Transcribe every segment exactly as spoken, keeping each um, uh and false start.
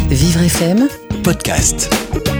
Vivre F M podcast.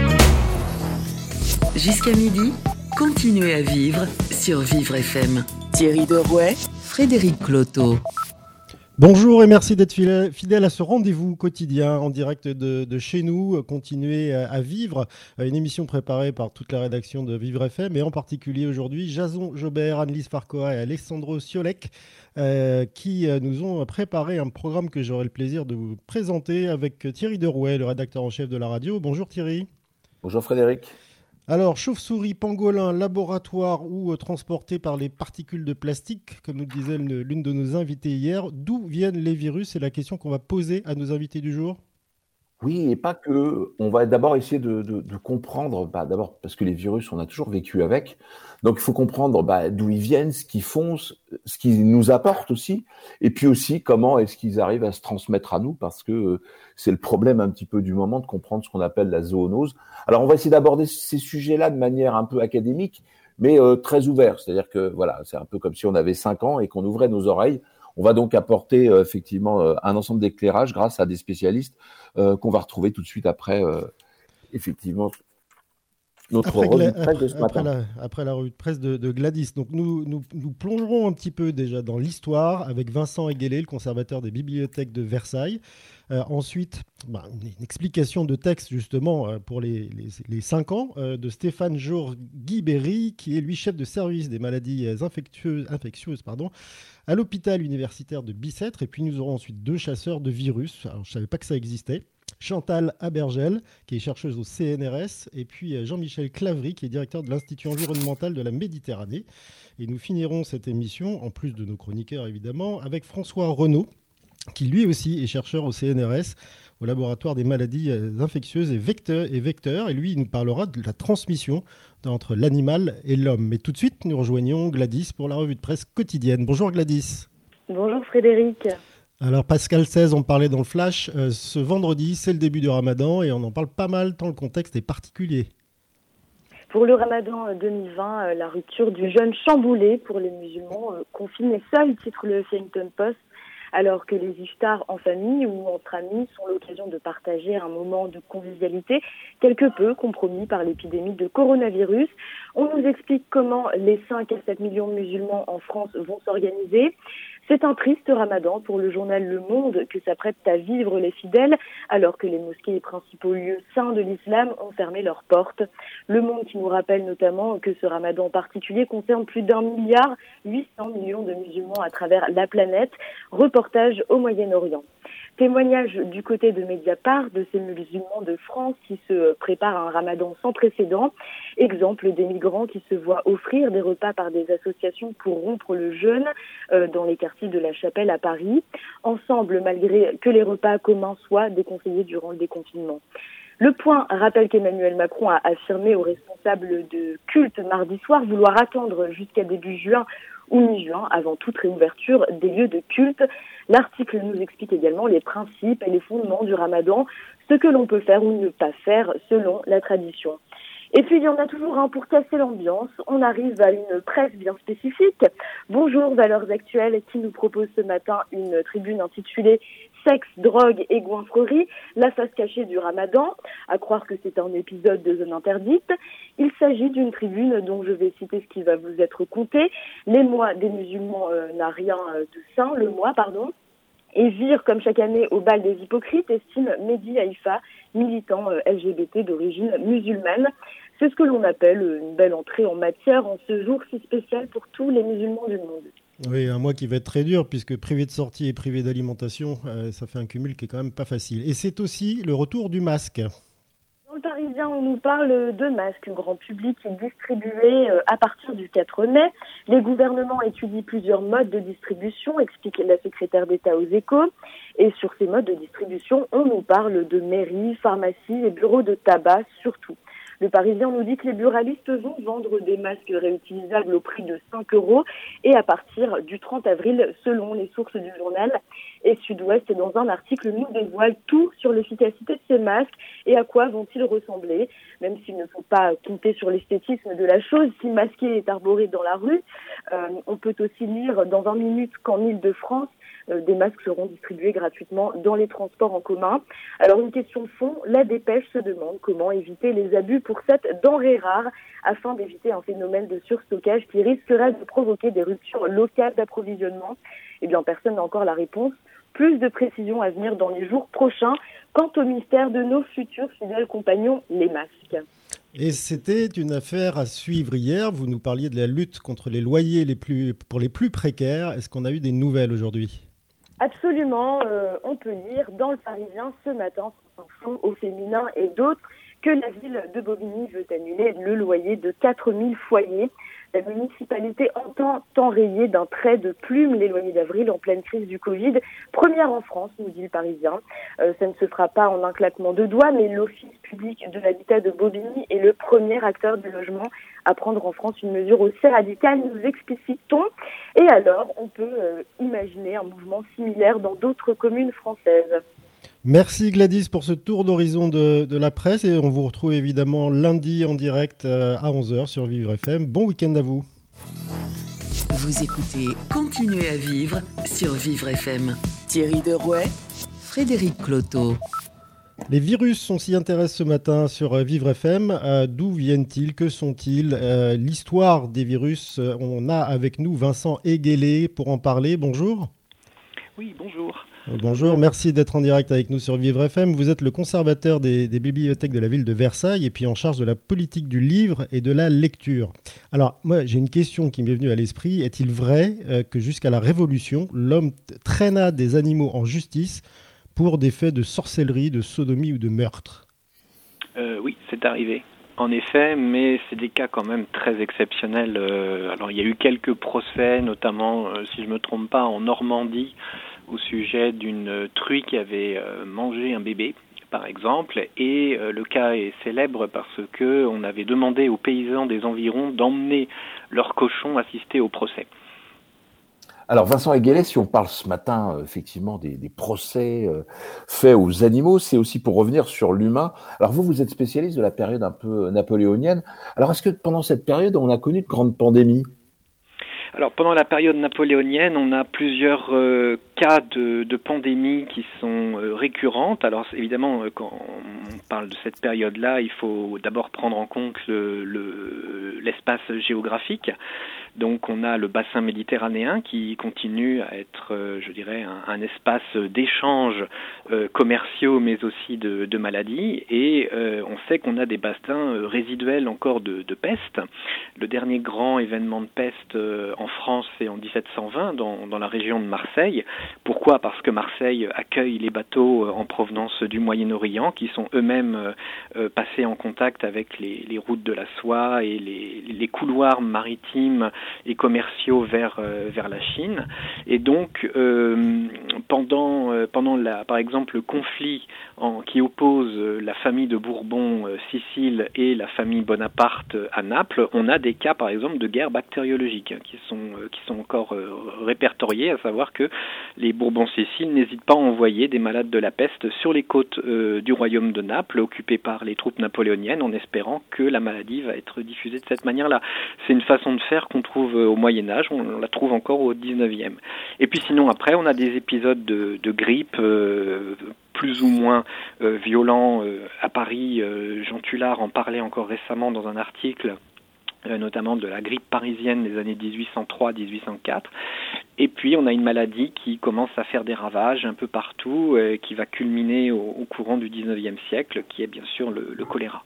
Jusqu'à midi, continuez à vivre sur Vivre F M. Thierry Derouet, Frédéric Cloteau. Bonjour et merci d'être fidèle à ce rendez-vous quotidien en direct de, de chez nous. Continuez à vivre, une émission préparée par toute la rédaction de Vivre F M et en particulier aujourd'hui Jason Jobert, Annelise Farcoa et Alessandro Siolek euh, qui nous ont préparé un programme que j'aurai le plaisir de vous présenter avec Thierry Derouet, le rédacteur en chef de la radio. Bonjour Thierry. Bonjour Frédéric. Alors, chauve-souris, pangolin, laboratoire ou euh, transporté par les particules de plastique, comme nous disait l'une de nos invités hier, d'où viennent les virus? C'est la question qu'on va poser à nos invités du jour. Oui, et pas que. On va d'abord essayer de, de, de comprendre, bah, d'abord parce que les virus, on a toujours vécu avec. Donc, il faut comprendre bah, d'où ils viennent, ce qu'ils font, ce qu'ils nous apportent aussi, et puis aussi comment est-ce qu'ils arrivent à se transmettre à nous, parce que euh, c'est le problème un petit peu du moment de comprendre ce qu'on appelle la zoonose. Alors, on va essayer d'aborder ces sujets-là de manière un peu académique, mais euh, très ouverte. C'est-à-dire que voilà, c'est un peu comme si on avait cinq ans et qu'on ouvrait nos oreilles. On va donc apporter euh, effectivement euh, un ensemble d'éclairages grâce à des spécialistes euh, qu'on va retrouver tout de suite après, euh, effectivement, notre après, revue de presse après, de ce après matin. La, après la revue de presse de, de Gladys. Donc nous, nous, nous plongerons un petit peu déjà dans l'histoire avec Vincent Eguélé, le conservateur des bibliothèques de Versailles. Euh, ensuite, bah, une, une explication de texte justement euh, pour les, les, les cinq ans euh, de Stéphane Jour-Guibéry, qui est lui chef de service des maladies infectieuses, infectieuses pardon, à l'hôpital universitaire de Bicêtre. Et puis nous aurons ensuite deux chasseurs de virus. Alors, je ne savais pas que ça existait. Chantal Abergel, qui est chercheuse au C N R S, et puis Jean-Michel Clavry, qui est directeur de l'Institut environnemental de la Méditerranée. Et nous finirons cette émission, en plus de nos chroniqueurs évidemment, avec François Renaud, qui lui aussi est chercheur au C N R S, au laboratoire des maladies infectieuses et vecteurs, et vecteurs. Et lui, il nous parlera de la transmission entre l'animal et l'homme. Mais tout de suite, nous rejoignons Gladys pour la revue de presse quotidienne. Bonjour Gladys. Bonjour Frédéric. Alors Pascal seize, on parlait dans le flash, euh, ce vendredi c'est le début du ramadan et on en parle pas mal tant le contexte est particulier. Pour le ramadan deux mille vingt, euh, la rupture du jeûne chamboulé pour les musulmans euh, confine les seuls, titre le Huffington Post, alors que les iftars en famille ou entre amis sont l'occasion de partager un moment de convivialité quelque peu compromis par l'épidémie de coronavirus. On nous explique comment les cinq à sept millions de musulmans en France vont s'organiser. C'est un triste ramadan pour le journal Le Monde que s'apprêtent à vivre les fidèles alors que les mosquées et principaux lieux saints de l'islam ont fermé leurs portes. Le Monde qui nous rappelle notamment que ce ramadan particulier concerne plus d'un milliard huit cents millions de musulmans à travers la planète. Reportage au Moyen-Orient. Témoignage du côté de Mediapart de ces musulmans de France qui se préparent à un ramadan sans précédent. Exemple des migrants qui se voient offrir des repas par des associations pour rompre le jeûne euh, dans les quartiers de la Chapelle à Paris. Ensemble, malgré que les repas communs soient déconseillés durant le déconfinement. Le Point rappelle qu'Emmanuel Macron a affirmé aux responsables de culte mardi soir vouloir attendre jusqu'à début juin ou mi-juin avant toute réouverture des lieux de culte. L'article nous explique également les principes et les fondements du ramadan, ce que l'on peut faire ou ne pas faire selon la tradition. Et puis, il y en a toujours un pour casser l'ambiance. On arrive à une presse bien spécifique. Bonjour Valeurs Actuelles qui nous propose ce matin une tribune intitulée « Sexe, drogue et goinfrerie, la face cachée du ramadan », à croire que c'est un épisode de Zone Interdite. Il s'agit d'une tribune dont je vais citer ce qui va vous être conté. Les mois des musulmans euh, n'a rien de saint, le mois, pardon. Et vire, comme chaque année, au bal des hypocrites, estime Mehdi Haïfa, militant euh, L G B T d'origine musulmane. C'est ce que l'on appelle une belle entrée en matière en ce jour si spécial pour tous les musulmans du monde. Oui, un mois qui va être très dur puisque privé de sortie et privé d'alimentation, euh, ça fait un cumul qui est quand même pas facile. Et c'est aussi le retour du masque. Dans le Parisien, on nous parle de masques grand public distribués à partir du quatre mai. Les gouvernements étudient plusieurs modes de distribution, explique la secrétaire d'État aux Échos. Et sur ces modes de distribution, on nous parle de mairies, pharmacies et bureaux de tabac surtout. Le Parisien nous dit que les buralistes vont vendre des masques réutilisables au prix de cinq euros et à partir du trente avril, selon les sources du journal. Et Sud-Ouest, dans un article, nous dévoile tout sur l'efficacité de ces masques et à quoi vont-ils ressembler, même s'il ne faut pas compter sur l'esthétisme de la chose. Si masqué est arboré dans la rue, euh, on peut aussi lire dans vingt minutes qu'en Île-de-France, Euh, des masques seront distribués gratuitement dans les transports en commun. Alors une question de fond, la dépêche se demande comment éviter les abus pour cette denrée rare afin d'éviter un phénomène de surstockage qui risquerait de provoquer des ruptures locales d'approvisionnement. Eh bien, personne n'a encore la réponse. Plus de précisions à venir dans les jours prochains quant au mystère de nos futurs fidèles compagnons, les masques. Et c'était une affaire à suivre hier. Vous nous parliez de la lutte contre les loyers les plus, pour les plus précaires. Est-ce qu'on a eu des nouvelles aujourd'hui ? Absolument. Euh, on peut lire dans Le Parisien ce matin, au féminin et d'autres, que la ville de Bobigny veut annuler le loyer de quatre mille foyers. La municipalité entend enrayer d'un trait de plume les loyers d'avril en pleine crise du Covid. Première en France, nous dit Le Parisien. Euh, ça ne se fera pas en un claquement de doigts, mais l'Office public de l'habitat de Bobigny est le premier acteur du logement à prendre en France une mesure aussi radicale, nous explicitons. Et alors, on peut euh, imaginer un mouvement similaire dans d'autres communes françaises. Merci Gladys pour ce tour d'horizon de, de la presse et on vous retrouve évidemment lundi en direct à onze heures sur Vivre F M. Bon week-end à vous. Vous écoutez Continuez à vivre sur Vivre F M. Thierry Derouet, Frédéric Cloteau. Les virus, on s'y intéresse ce matin sur Vivre F M. Euh, d'où viennent-ils ? Que sont-ils ? euh, L'histoire des virus, on a avec nous Vincent Eguélé pour en parler. Bonjour. Oui, bonjour. Bonjour, merci d'être en direct avec nous sur Vivre F M. Vous êtes le conservateur des, des bibliothèques de la ville de Versailles et puis en charge de la politique du livre et de la lecture. Alors, moi, j'ai une question qui m'est venue à l'esprit. Est-il vrai euh, que jusqu'à la Révolution, l'homme traîna des animaux en justice pour des faits de sorcellerie, de sodomie ou de meurtre ? euh, Oui, c'est arrivé. En effet, mais c'est des cas quand même très exceptionnels. Euh, alors, il y a eu quelques procès, notamment, euh, si je ne me trompe pas, en Normandie, au sujet d'une truie qui avait euh, mangé un bébé, par exemple. Et euh, le cas est célèbre parce que on avait demandé aux paysans des environs d'emmener leurs cochons assister au procès. Alors Vincent Eguélé, si on parle ce matin euh, effectivement des, des procès euh, faits aux animaux, c'est aussi pour revenir sur l'humain. Alors vous, vous êtes spécialiste de la période un peu napoléonienne. Alors est-ce que pendant cette période, on a connu de grandes pandémies ? Alors pendant la période napoléonienne, on a plusieurs euh, cas de, de pandémies qui sont euh, récurrentes. Alors évidemment, euh, quand on parle de cette période-là, il faut d'abord prendre en compte le, le, l'espace géographique. Donc on a le bassin méditerranéen qui continue à être, euh, je dirais, un, un espace d'échanges euh, commerciaux, mais aussi de, de maladies. Et euh, on sait qu'on a des bassins euh, résiduels encore de, de peste. Le dernier grand événement de peste euh, en France, c'est en dix-sept cent vingt, dans, dans la région de Marseille. Pourquoi ? Parce que Marseille accueille les bateaux euh, en provenance du Moyen-Orient, qui sont eux-mêmes euh, euh, passés en contact avec les, les routes de la soie et les, les couloirs maritimes et commerciaux vers euh, vers la Chine. Et donc euh, pendant euh, pendant la par exemple le conflit en, qui oppose euh, la famille de Bourbon euh, Sicile et la famille Bonaparte euh, à Naples, on a des cas par exemple de guerre bactériologique hein, qui sont euh, qui sont encore euh, répertoriés, à savoir que les Bourbons Sicile n'hésitent pas à envoyer des malades de la peste sur les côtes euh, du royaume de Naples occupées par les troupes napoléoniennes en espérant que la maladie va être diffusée de cette manière-là. C'est une façon de faire qu'on trouve au Moyen-Âge, on la trouve encore au dix-neuvième. Et puis sinon après, on a des épisodes de, de grippe euh, plus ou moins euh, violents euh, à Paris. Euh, Jean Tullard en parlait encore récemment dans un article, euh, notamment de la grippe parisienne des années dix-huit cent trois dix-huit cent quatre. Et puis on a une maladie qui commence à faire des ravages un peu partout, euh, qui va culminer au, au courant du dix-neuvième siècle, qui est bien sûr le, le choléra.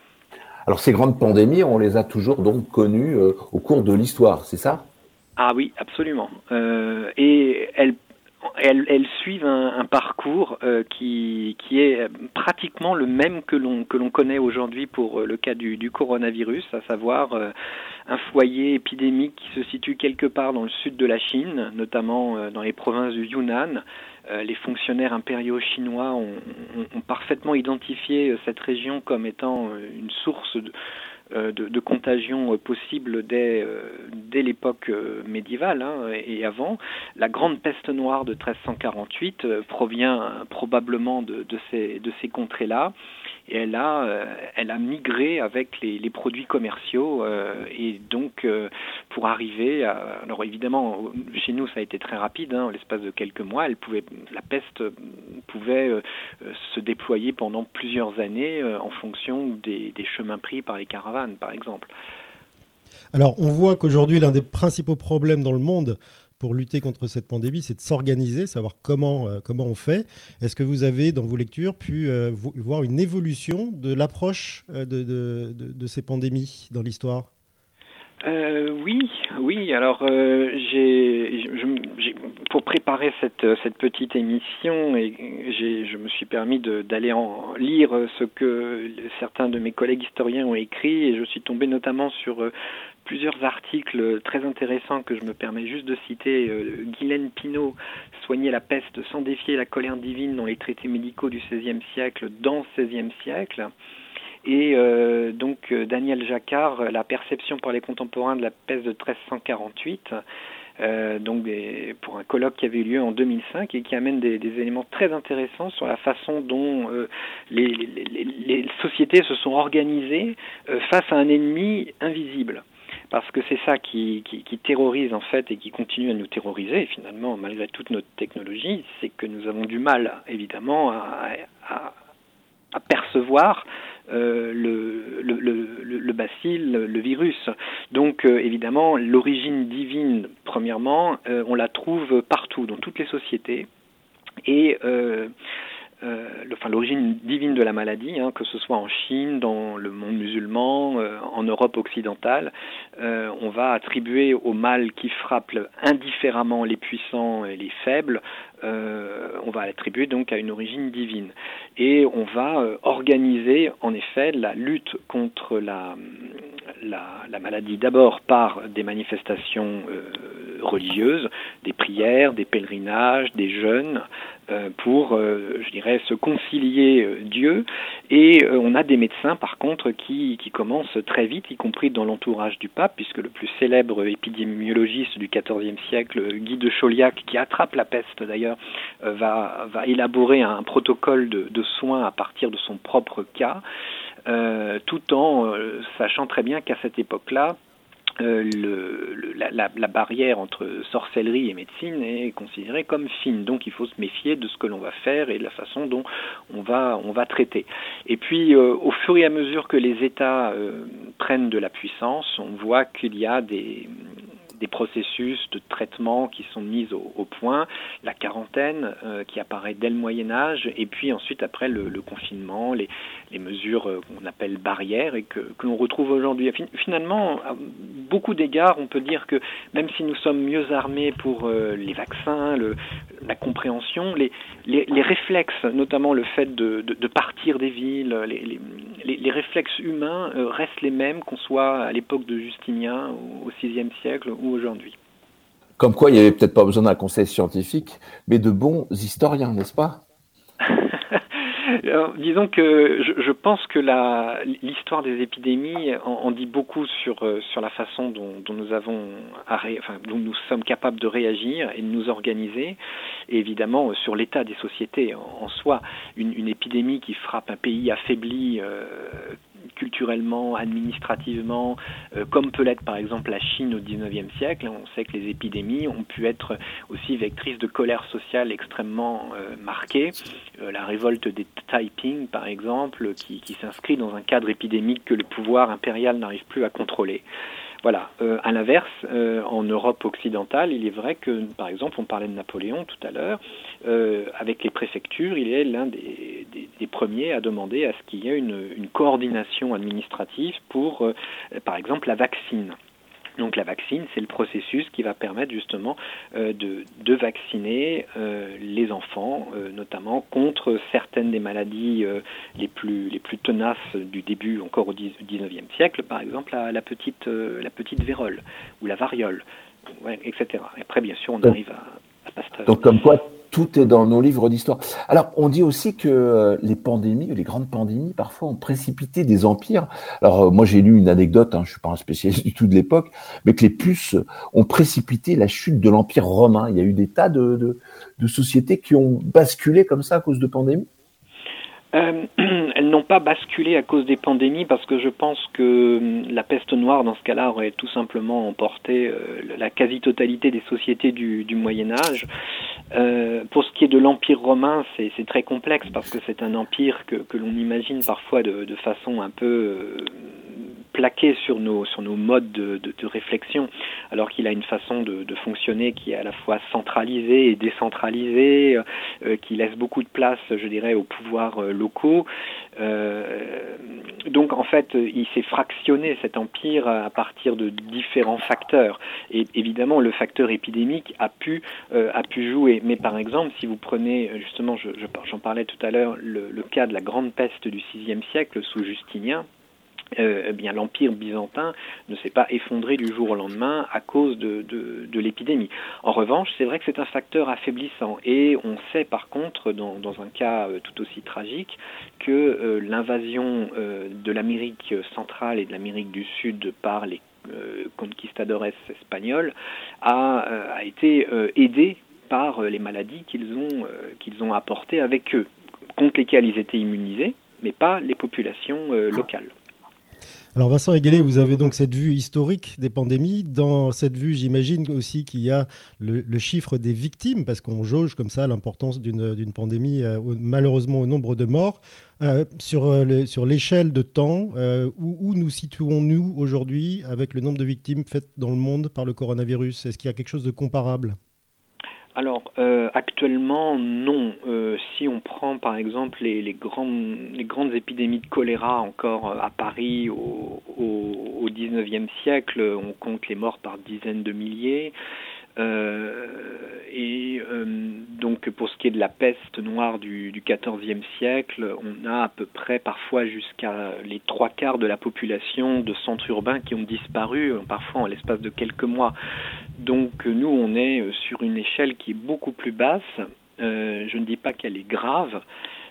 Alors ces grandes pandémies, on les a toujours donc connues euh, au cours de l'histoire, c'est ça ? Ah oui, absolument. Euh, et elles, elles, elles suivent un, un parcours euh, qui, qui est pratiquement le même que l'on, que l'on connaît aujourd'hui pour le cas du, du coronavirus, à savoir euh, un foyer épidémique qui se situe quelque part dans le sud de la Chine, notamment euh, dans les provinces du Yunnan. Euh, les fonctionnaires impériaux chinois ont, ont, ont parfaitement identifié cette région comme étant une source de De, de contagion possible dès, euh, dès l'époque euh, médiévale hein, et avant. La grande peste noire de treize cent quarante-huit euh, provient euh, probablement de, de, ces, de ces contrées-là. et elle a, euh, elle a migré avec les, les produits commerciaux euh, et donc euh, pour arriver à, alors évidemment chez nous ça a été très rapide, hein, en l'espace de quelques mois, elle pouvait, la peste pouvait euh, se déployer pendant plusieurs années euh, en fonction des, des chemins pris par les caravanes par exemple. Alors on voit qu'aujourd'hui l'un des principaux problèmes dans le monde pour lutter contre cette pandémie, c'est de s'organiser, savoir comment, euh, comment on fait. Est-ce que vous avez, dans vos lectures, pu euh, voir une évolution de l'approche euh, de, de, de, de ces pandémies dans l'histoire ? Euh, oui, oui. Alors, euh, j'ai, je, j'ai, pour préparer cette cette petite émission, et j'ai, je me suis permis de, d'aller en lire ce que certains de mes collègues historiens ont écrit, et je suis tombé notamment sur euh, plusieurs articles très intéressants que je me permets juste de citer. Euh, Guylaine Pinault, Soigner la peste sans défier la colère divine dans les traités médicaux du seizième siècle, dans le seizième siècle. Et euh, donc euh, Daniel Jacquard, La perception par les contemporains de la peste de treize cent quarante-huit, euh, donc des, pour un colloque qui avait eu lieu en deux mille cinq et qui amène des, des éléments très intéressants sur la façon dont euh, les, les, les, les sociétés se sont organisées euh, face à un ennemi invisible. Parce que c'est ça qui, qui, qui terrorise en fait et qui continue à nous terroriser finalement malgré toute notre technologie, c'est que nous avons du mal évidemment à, à, à percevoir Euh, le, le, le, le bacille, le virus. Donc euh, évidemment, l'origine divine, premièrement, euh, on la trouve partout, dans toutes les sociétés. Et euh, euh, le, enfin, l'origine divine de la maladie, hein, que ce soit en Chine, dans le monde musulman, euh, en Europe occidentale, euh, on va attribuer au mal qui frappe indifféremment les puissants et les faibles, euh, on va l'attribuer donc à une origine divine. Et on va euh, organiser en effet la lutte contre la, la, la maladie d'abord par des manifestations euh, religieuses, des prières, des pèlerinages, des jeûnes, euh, pour, euh, je dirais, se concilier euh, Dieu. Et euh, on a des médecins par contre qui, qui commencent très vite, y compris dans l'entourage du pape, puisque le plus célèbre épidémiologiste du quatorzième siècle, Guy de Chauliac, qui attrape la peste d'ailleurs, euh, va, va élaborer un protocole de, de soins à partir de son propre cas, euh, tout en euh, sachant très bien qu'à cette époque-là, Euh, le, le, la, la, la barrière entre sorcellerie et médecine est considérée comme fine, donc il faut se méfier de ce que l'on va faire et de la façon dont on va, on va traiter. Et puis euh, au fur et à mesure que les États euh, prennent de la puissance, on voit qu'il y a des des processus de traitement qui sont mis au, au point, la quarantaine euh, qui apparaît dès le Moyen-Âge, et puis ensuite après le, le confinement, les, les mesures euh, qu'on appelle barrières et que, que l'on retrouve aujourd'hui. Finalement, à beaucoup d'égards, on peut dire que même si nous sommes mieux armés pour euh, les vaccins, le, la compréhension, les, les, les réflexes, notamment le fait de, de, de partir des villes, les, les, les réflexes humains euh, restent les mêmes qu'on soit à l'époque de Justinien au sixième siècle ou aujourd'hui. Comme quoi, il n'y avait peut-être pas besoin d'un conseil scientifique, mais de bons historiens, n'est-ce pas ? Alors, disons que je, je pense que la, l'histoire des épidémies en, en dit beaucoup sur, sur la façon dont, dont nous avons, à ré, enfin, dont nous sommes capables de réagir et de nous organiser, et évidemment sur l'état des sociétés en, en soi. Une, une épidémie qui frappe un pays affaibli euh, culturellement, administrativement, euh, comme peut l'être par exemple la Chine au dix-neuvième siècle. On sait que les épidémies ont pu être aussi vectrices de colère sociale extrêmement euh, marquée. Euh, la révolte des Taiping, par exemple, qui, qui s'inscrit dans un cadre épidémique que le pouvoir impérial n'arrive plus à contrôler. Voilà. Euh, à l'inverse, euh, en Europe occidentale, il est vrai que, par exemple, on parlait de Napoléon tout à l'heure, euh, avec les préfectures, il est l'un des, des, des premiers à demander à ce qu'il y ait une, une coordination administrative pour, euh, par exemple, la vaccine. Donc la vaccine, c'est le processus qui va permettre justement euh, de, de vacciner euh, les enfants, euh, notamment contre certaines des maladies euh, les plus les plus tenaces du début, encore au dix-neuvième siècle, par exemple la, la petite euh, la petite vérole ou la variole, ouais, et cetera. Et après, bien sûr, on arrive à, à Pasteur. Donc comme quoi, tout est dans nos livres d'histoire. Alors, on dit aussi que les pandémies, les grandes pandémies, parfois ont précipité des empires. Alors, moi, j'ai lu une anecdote, hein, je suis pas un spécialiste du tout de l'époque, mais que les puces ont précipité la chute de l'Empire romain. Il y a eu des tas de, de, de sociétés qui ont basculé comme ça à cause de pandémies. Euh, elles n'ont pas basculé à cause des pandémies parce que je pense que la peste noire dans ce cas-là aurait tout simplement emporté euh, la quasi-totalité des sociétés du, du Moyen-Âge. Euh, pour ce qui est de l'Empire romain, c'est, c'est très complexe parce que c'est un empire que, que l'on imagine parfois de, de façon un peu euh, plaquée sur nos, sur nos modes de, de, de réflexion, alors qu'il a une façon de, de fonctionner qui est à la fois centralisée et décentralisée, euh, qui laisse beaucoup de place, je dirais, aux pouvoirs euh, locaux. Euh, donc en fait, il s'est fractionné cet empire à partir de différents facteurs. Et évidemment, le facteur épidémique a pu euh, a pu jouer. Mais par exemple, si vous prenez justement, je, je, j'en parlais tout à l'heure, le, le cas de la grande peste du sixième siècle sous Justinien. Euh, eh bien, l'Empire byzantin ne s'est pas effondré du jour au lendemain à cause de, de, de l'épidémie. En revanche, c'est vrai que c'est un facteur affaiblissant et on sait par contre, dans, dans un cas euh, tout aussi tragique, que euh, l'invasion euh, de l'Amérique centrale et de l'Amérique du Sud par les euh, conquistadores espagnols a, euh, a été euh, aidée par les maladies qu'ils ont, euh, qu'ils ont apportées avec eux, contre lesquelles ils étaient immunisés, mais pas les populations euh, locales. Alors Vincent Eguélé, vous avez donc cette vue historique des pandémies. Dans cette vue, j'imagine aussi qu'il y a le, le chiffre des victimes, parce qu'on jauge comme ça l'importance d'une, d'une pandémie, euh, au, malheureusement au nombre de morts. Euh, sur, euh, le, sur l'échelle de temps, euh, où, où nous situons-nous aujourd'hui avec le nombre de victimes faites dans le monde par le coronavirus ? Est-ce qu'il y a quelque chose de comparable ? Alors, euh, actuellement, non. Euh, si on prend, par exemple, les, les, grandes, les grandes épidémies de choléra encore à Paris au, au, au dix-neuvième siècle, on compte les morts par dizaines de milliers. Euh, et euh, donc pour ce qui est de la peste noire du, du quatorzième siècle, on a à peu près parfois jusqu'à les trois quarts de la population de centres urbains qui ont disparu, parfois en l'espace de quelques mois. Donc nous on est sur une échelle qui est beaucoup plus basse. Euh, je ne dis pas qu'elle est grave,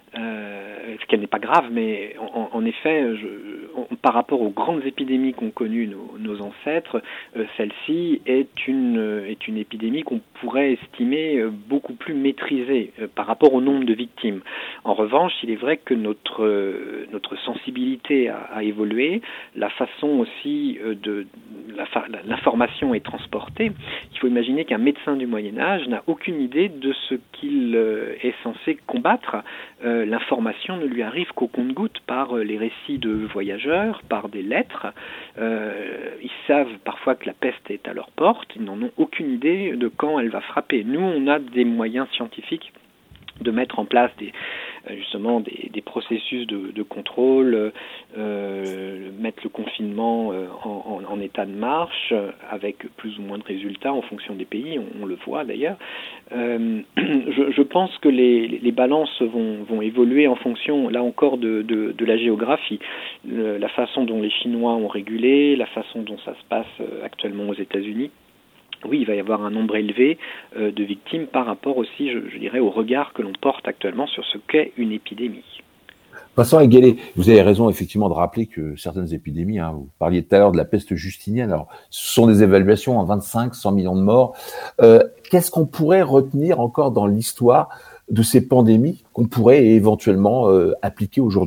Euh, ce qu'elle n'est pas grave, mais en, en effet, je, on, par rapport aux grandes épidémies qu'ont connues nos, nos ancêtres, euh, celle-ci est une, est une épidémie qu'on pourrait estimer euh, beaucoup plus maîtrisée euh, par rapport au nombre de victimes. En revanche, il est vrai que notre, euh, notre sensibilité a, a évolué, la façon aussi euh, de la, l'information est transportée. Il faut imaginer qu'un médecin du Moyen-Âge n'a aucune idée de ce qu'il euh, est censé combattre. Euh, L'information ne lui arrive qu'au compte-gouttes par les récits de voyageurs, par des lettres. Euh, ils savent parfois que la peste est à leur porte, ils n'en ont aucune idée de quand elle va frapper. Nous, on a des moyens scientifiques de mettre en place des, justement des, des processus de, de contrôle, euh, mettre le confinement en, en, en état de marche, avec plus ou moins de résultats en fonction des pays, on, on le voit d'ailleurs. Euh, je, je pense que les, les balances vont, vont évoluer en fonction, là encore, de, de, de la géographie. Le, la façon dont les Chinois ont régulé, la façon dont ça se passe actuellement aux États-Unis. Oui, il va y avoir un nombre élevé euh, de victimes par rapport aussi, je, je dirais, au regard que l'on porte actuellement sur ce qu'est une épidémie. Vincent Eguélé, vous avez raison effectivement de rappeler que certaines épidémies, hein, vous parliez tout à l'heure de la peste justinienne, alors ce sont des évaluations en vingt-cinq, cent millions de morts. Euh, qu'est-ce qu'on pourrait retenir encore dans l'histoire de ces pandémies qu'on pourrait éventuellement euh, appliquer aujourd'hui ?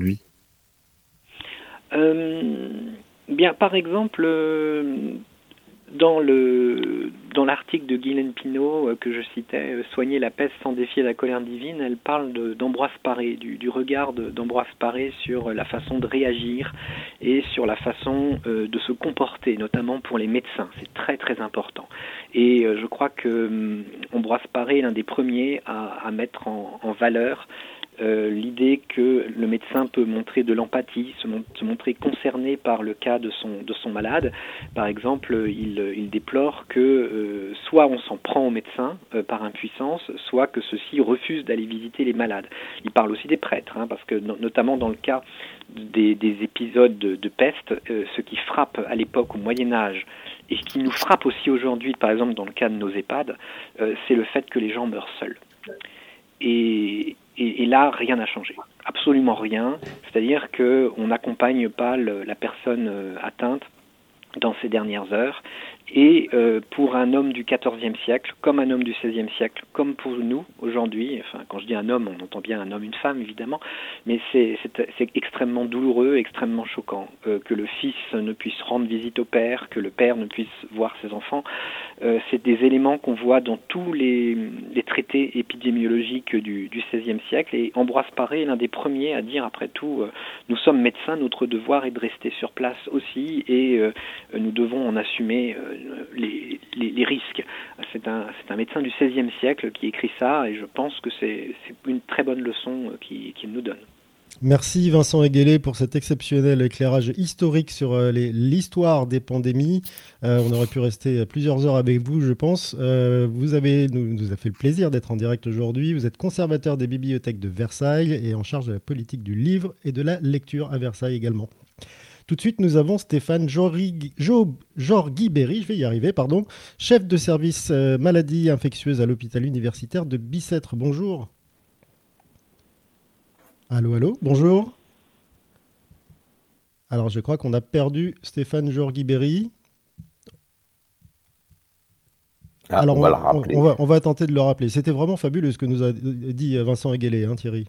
euh, Bien, par exemple... Euh, Dans, le, dans l'article de Guylaine Pinault euh, que je citais, euh, « Soigner la peste sans défier la colère divine », elle parle de, d'Ambroise Paré, du, du regard de, d'Ambroise Paré sur la façon de réagir et sur la façon euh, de se comporter, notamment pour les médecins. C'est très très important. Et euh, je crois que euh, Ambroise Paré est l'un des premiers à, à mettre en, en valeur Euh, l'idée que le médecin peut montrer de l'empathie, se, mon- se montrer concerné par le cas de son, de son malade. Par exemple, il, il déplore que euh, soit on s'en prend au médecin euh, par impuissance, soit que ceux-ci refusent d'aller visiter les malades. Il parle aussi des prêtres, hein, parce que no- notamment dans le cas des, des épisodes de, de peste, euh, ce qui frappe à l'époque au Moyen-Âge et qui nous frappe aussi aujourd'hui, par exemple dans le cas de nos EHPAD, euh, c'est le fait que les gens meurent seuls. Et, et, et là, rien n'a changé, absolument rien. C'est-à-dire qu'on n'accompagne pas le, la personne atteinte dans ces dernières heures. Et euh, pour un homme du quatorzième siècle, comme un homme du seizième siècle, comme pour nous aujourd'hui, enfin quand je dis un homme, on entend bien un homme, une femme évidemment, mais c'est, c'est, c'est extrêmement douloureux, extrêmement choquant euh, que le fils ne puisse rendre visite au père, que le père ne puisse voir ses enfants. Euh, c'est des éléments qu'on voit dans tous les, les traités épidémiologiques du, du seizième siècle, et Ambroise Paré est l'un des premiers à dire, après tout, euh, nous sommes médecins, notre devoir est de rester sur place aussi, et euh, nous devons en assumer euh, Les, les, les risques. C'est un, c'est un médecin du seizième siècle qui écrit ça, et je pense que c'est, c'est une très bonne leçon qu'il, qu'il nous donne. Merci Vincent Eguélé pour cet exceptionnel éclairage historique sur euh, les, l'histoire des pandémies. Euh, on aurait pu rester plusieurs heures avec vous, je pense. Euh, vous avez nous, nous a fait le plaisir d'être en direct aujourd'hui. Vous êtes conservateur des bibliothèques de Versailles et en charge de la politique du livre et de la lecture à Versailles également. Tout de suite, nous avons Stéphane Jorghi-Berry, je vais y arriver, pardon, chef de service euh, maladies infectieuses à l'hôpital universitaire de Bicêtre. Bonjour. Allô, allô, bonjour. Alors, je crois qu'on a perdu Stéphane Jorghi-Berry. Ah, Alors, on, on, va le rappeler. On, on, va, on va tenter de le rappeler. C'était vraiment fabuleux ce que nous a dit Vincent Eguélé, hein, Thierry.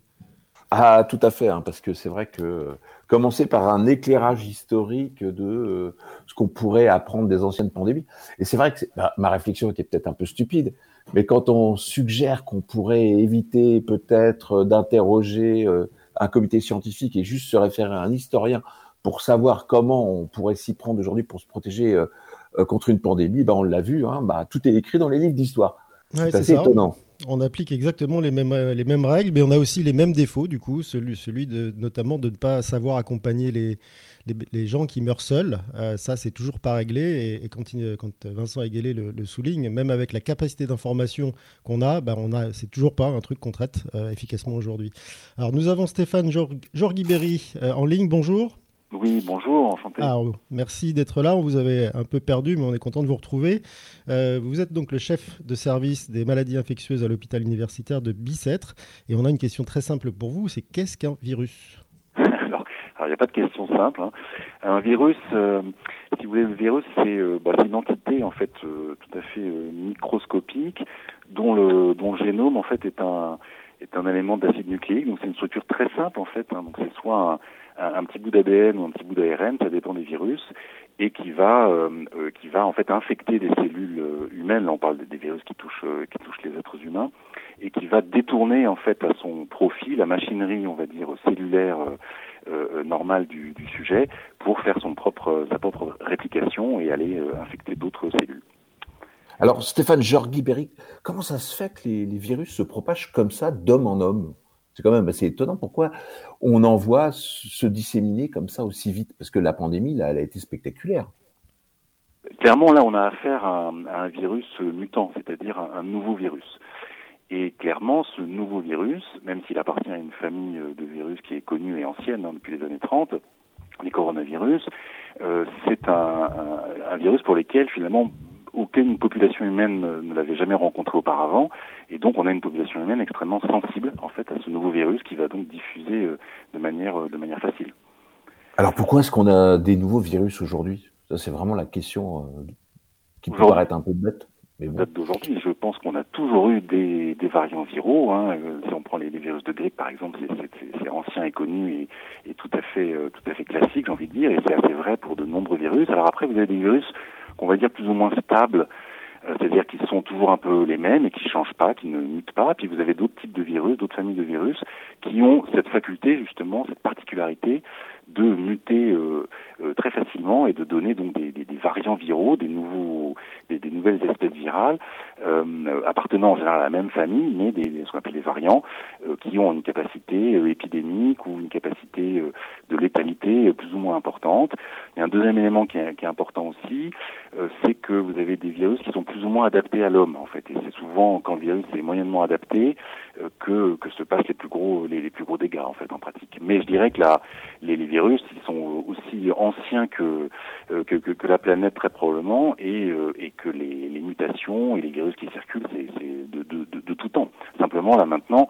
Ah, tout à fait, hein, parce que c'est vrai que commencer par un éclairage historique de euh, ce qu'on pourrait apprendre des anciennes pandémies. Et c'est vrai que c'est, bah, ma réflexion était peut-être un peu stupide, mais quand on suggère qu'on pourrait éviter peut-être d'interroger euh, un comité scientifique et juste se référer à un historien pour savoir comment on pourrait s'y prendre aujourd'hui pour se protéger euh, euh, contre une pandémie, bah, on l'a vu, hein, bah, tout est écrit dans les livres d'histoire. Ouais, c'est, c'est assez ça. étonnant. On applique exactement les mêmes, les mêmes règles, mais on a aussi les mêmes défauts, du coup, celui, celui de, notamment de ne pas savoir accompagner les, les, les gens qui meurent seuls. Euh, ça, c'est toujours pas réglé. Et, et quand, il, quand Vincent Eguélé le, le souligne, même avec la capacité d'information qu'on a, ben on a c'est toujours pas un truc qu'on traite euh, efficacement aujourd'hui. Alors, nous avons Stéphane Jorghi-Berry euh, en ligne. Bonjour. Oui, bonjour, enchanté. Alors, merci d'être là. On vous avait un peu perdu, mais on est content de vous retrouver. Euh, vous êtes donc le chef de service des maladies infectieuses à l'hôpital universitaire de Bicêtre. Et on a une question très simple pour vous, c'est qu'est-ce qu'un virus ? Alors, il n'y a pas de question simple. Hein. Un virus, euh, si vous voulez, le virus, c'est, euh, bah, c'est une entité en fait euh, tout à fait euh, microscopique, dont le, dont le génome en fait est un, est un élément d'acide nucléique. Donc c'est une structure très simple en fait. Hein. Donc c'est soit un Un, un petit bout d'A D N ou un petit bout d'A R N, ça dépend des virus, et qui va, euh, euh, qui va en fait infecter des cellules euh, humaines. Là, on parle des virus qui touchent, euh, qui touchent les êtres humains, et qui va détourner en fait à son profit la machinerie, on va dire cellulaire euh, euh, normale du, du sujet, pour faire son propre, sa propre réplication et aller euh, infecter d'autres cellules. Alors, Stéphane Jorghi-Berry, comment ça se fait que les, les virus se propagent comme ça, d'homme en homme ? C'est quand même assez étonnant. Pourquoi on en voit se disséminer comme ça aussi vite ? Parce que la pandémie, là, elle a été spectaculaire. Clairement, là, on a affaire à un, à un virus mutant, c'est-à-dire un, un nouveau virus. Et clairement, ce nouveau virus, même s'il appartient à une famille de virus qui est connue et ancienne hein, depuis les années trente, les coronavirus, euh, c'est un, un, un virus pour lequel, finalement, aucune population humaine ne l'avait jamais rencontré auparavant, et donc on a une population humaine extrêmement sensible en fait à ce nouveau virus qui va donc diffuser de manière de manière facile. Alors pourquoi est-ce qu'on a des nouveaux virus aujourd'hui ? Ça c'est vraiment la question euh, qui peut paraître un peu bête. Mais bon. Date d'aujourd'hui, je pense qu'on a toujours eu des, des variants viraux. Hein. Si on prend les, les virus de grippe par exemple, c'est, c'est, c'est ancien et connu et, et tout à fait euh, tout à fait classique, j'ai envie de dire, et c'est assez vrai pour de nombreux virus. Alors après, vous avez des virus qu'on va dire plus ou moins stables, euh, c'est-à-dire qu'ils sont toujours un peu les mêmes et qui ne changent pas, qui ne mutent pas. Puis vous avez d'autres types de virus, d'autres familles de virus qui ont cette faculté justement, cette particularité de muter euh, euh, très facilement et de donner donc des, des, des variants viraux, des nouveaux, des, des nouvelles espèces virales euh, appartenant en général à la même famille, mais des, ce qu'on appelle des variants euh, qui ont une capacité euh, épidémique ou une capacité euh, de létalité euh, plus ou moins importante. Et un deuxième élément qui est, qui est important aussi, euh, c'est que vous avez des virus qui sont plus ou moins adaptés à l'homme en fait. Et c'est souvent quand le virus est moyennement adapté euh, que que se passent les plus gros les, les plus gros dégâts en fait en pratique. Mais je dirais que la les, les virus ils sont aussi anciens que euh, que, que que la planète très probablement et euh, et que les, les mutations et les virus qui circulent c'est c'est de, de de de tout temps. Simplement là maintenant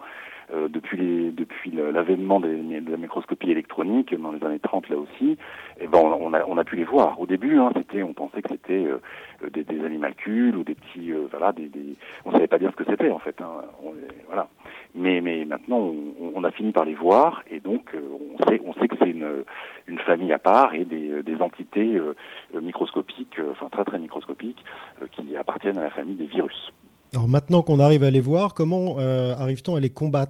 euh, depuis, les, depuis l'avènement des, de la microscopie électronique, dans les années trente là aussi, et ben on, on, a, on a pu les voir. Au début, hein, c'était, on pensait que c'était euh, des, des animalcules ou des petits, euh, voilà, des, des, on savait pas dire ce que c'était en fait. Hein, on, voilà. Mais, mais maintenant, on, on a fini par les voir, et donc euh, on sait, on sait que c'est une, une famille à part et des, des entités euh, microscopiques, euh, enfin très très microscopiques, euh, qui appartiennent à la famille des virus. Alors maintenant qu'on arrive à les voir, comment euh, arrive-t-on à les combattre ?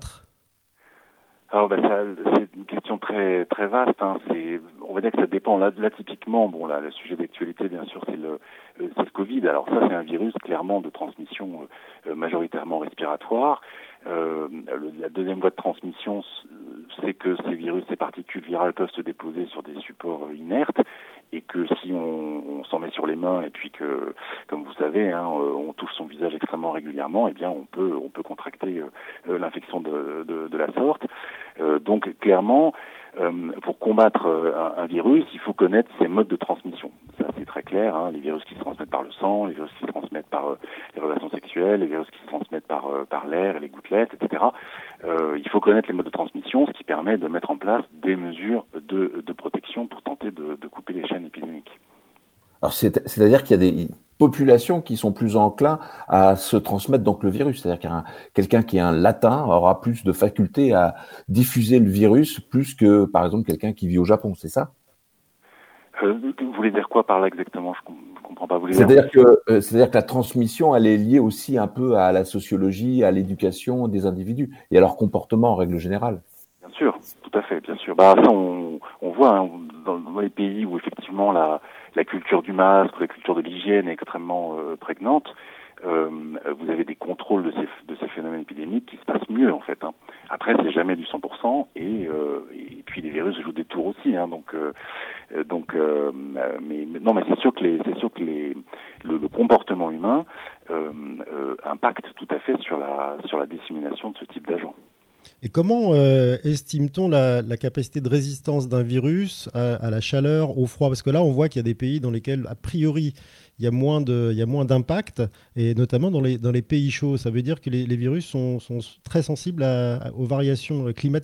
Alors ben ça, c'est une question très très vaste. Hein. C'est, on va dire que ça dépend. Là, là typiquement, bon là, le sujet d'actualité, bien sûr, c'est le, c'est le Covid. Alors ça, c'est un virus clairement de transmission euh, majoritairement respiratoire. Euh, le, la deuxième voie de transmission, c'est que ces virus, ces particules virales peuvent se déposer sur des supports inertes, et que si on, on s'en met sur les mains et puis que, comme vous savez, hein, on touche son visage extrêmement régulièrement, eh bien on peut on peut contracter euh, l'infection de, de, de la sorte. Euh, donc clairement, euh, pour combattre un, un virus, il faut connaître ses modes de transmission. Ça c'est très clair. Hein, les virus qui se transmettent par le sang, les virus qui se transmettent par euh, les relations sexuelles, les virus qui se transmettent par euh, par l'air, les gouttelettes, et cetera. Euh, il faut connaître les modes de transmission, ce qui permet de mettre en place des mesures de, de protection pour tenter de, de couper les chaînes épidémiques. Alors c'est, c'est-à-dire qu'il y a des populations qui sont plus enclins à se transmettre donc le virus. C'est-à-dire qu'un quelqu'un qui est un latin aura plus de faculté à diffuser le virus plus que par exemple quelqu'un qui vit au Japon, c'est ça ? Euh, vous voulez dire quoi par là exactement ? Je ne comprends pas. Vous voulez c'est-à-dire dire... que euh, c'est-à-dire que la transmission, elle est liée aussi un peu à la sociologie, à l'éducation des individus et à leur comportement en règle générale. Bien sûr, tout à fait, bien sûr. Bah ça, on, on voit hein, dans, dans les pays où effectivement la, la culture du masque, la culture de l'hygiène est extrêmement euh, prégnante. Euh, vous avez des contrôles de ces, de ces phénomènes épidémiques qui se passent mieux en fait. Hein. Après, c'est jamais du cent pour cent et, euh, et puis les virus jouent des tours aussi. Hein, donc, euh, donc, euh, mais, mais non, mais c'est sûr que les, c'est sûr que les, le, le comportement humain euh, euh, impacte tout à fait sur la sur la dissémination de ce type d'agent. Et comment euh, estime-t-on la, la capacité de résistance d'un virus à, à la chaleur, au froid ? Parce que là, on voit qu'il y a des pays dans lesquels, a priori, il y a moins de, il y a moins d'impact, et notamment dans les, dans les pays chauds. Ça veut dire que les, les virus sont, sont très sensibles à, aux variations climatiques ?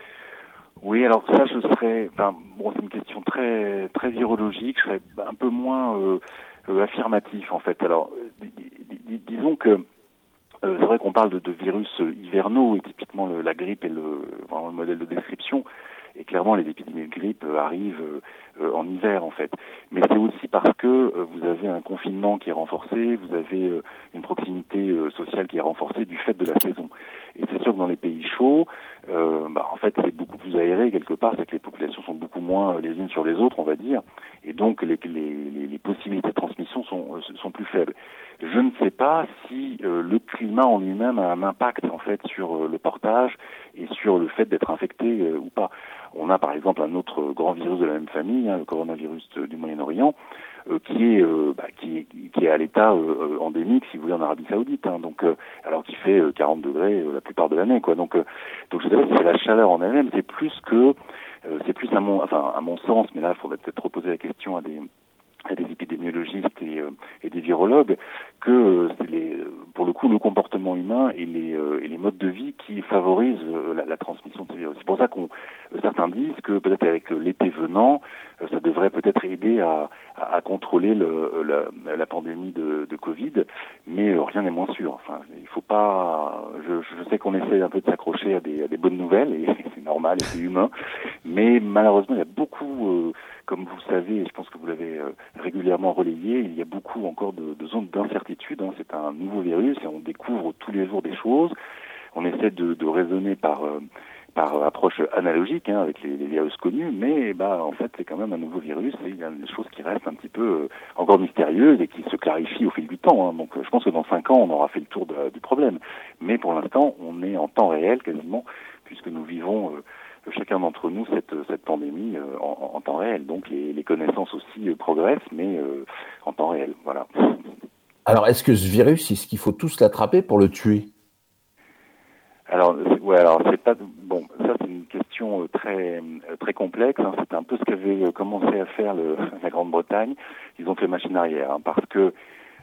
Oui, alors ça, je serais... Ben, bon, c'est une question très très virologique. Je serais un peu moins euh, euh, affirmatif, en fait. Alors, dis, dis, disons que Euh, c'est vrai qu'on parle de, de virus hivernaux, et typiquement le, la grippe est le, vraiment le modèle de description. Et clairement, les épidémies de grippe euh, arrivent euh, en hiver, en fait. Mais c'est aussi parce que euh, vous avez un confinement qui est renforcé, vous avez euh, une proximité euh, sociale qui est renforcée du fait de la saison. Et c'est sûr que dans les pays chauds, euh, bah, en fait, c'est beaucoup plus aéré quelque part, c'est que les populations sont beaucoup moins les unes sur les autres, on va dire. Et donc, les, les, les possibilités de transmission sont, sont plus faibles. Je ne sais pas si euh, le climat en lui-même a un impact en fait sur euh, le portage et sur le fait d'être infecté euh, ou pas. On a par exemple un autre grand virus de la même famille, hein, le coronavirus du Moyen-Orient, euh, qui est euh, bah, qui, qui est à l'état euh, endémique, si vous voulez, en Arabie Saoudite. Hein, donc, euh, alors qu'il fait euh, quarante degrés euh, la plupart de l'année, quoi. Donc, euh, donc je sais pas si c'est la chaleur en elle-même, c'est plus que euh, c'est plus à mon, enfin à mon sens, mais là, il faudrait peut-être reposer la question à des à des épidémiologistes et, euh, et des virologues, que euh, c'est les, pour le coup le comportement humain et les, euh, et les modes de vie qui favorisent euh, la, la transmission de ces virus. C'est pour ça qu'on euh, certains disent que peut-être avec l'été venant, euh, ça devrait peut-être aider à, à, à contrôler le, la, la pandémie de, de Covid, mais euh, rien n'est moins sûr. Enfin, il faut pas. Je, je sais qu'on essaie un peu de s'accrocher à des, à des bonnes nouvelles et c'est normal et c'est humain, mais malheureusement il y a beaucoup euh, comme vous le savez, et je pense que vous l'avez euh, régulièrement relayé, il y a beaucoup encore de, de zones d'incertitude. Hein. C'est un nouveau virus et on découvre tous les jours des choses. On essaie de, de raisonner par, euh, par approche analogique hein, avec les, les virus connus, mais bah, en fait c'est quand même un nouveau virus et il y a des choses qui restent un petit peu euh, encore mystérieuses et qui se clarifient au fil du temps. Hein. Donc euh, je pense que dans cinq ans, on aura fait le tour de, du problème. Mais pour l'instant, on est en temps réel quasiment, puisque nous vivons... Euh, chacun d'entre nous cette, cette pandémie euh, en, en temps réel. Donc les, les connaissances aussi euh, progressent, mais euh, en temps réel. Voilà. Alors est-ce que ce virus, est-ce qu'il faut tous l'attraper pour le tuer ? Alors, ouais, alors c'est pas bon. Ça c'est une question très très complexe. Hein. C'est un peu ce qu'avait commencé à faire le, la Grande-Bretagne. Ils ont fait machine arrière, hein, parce que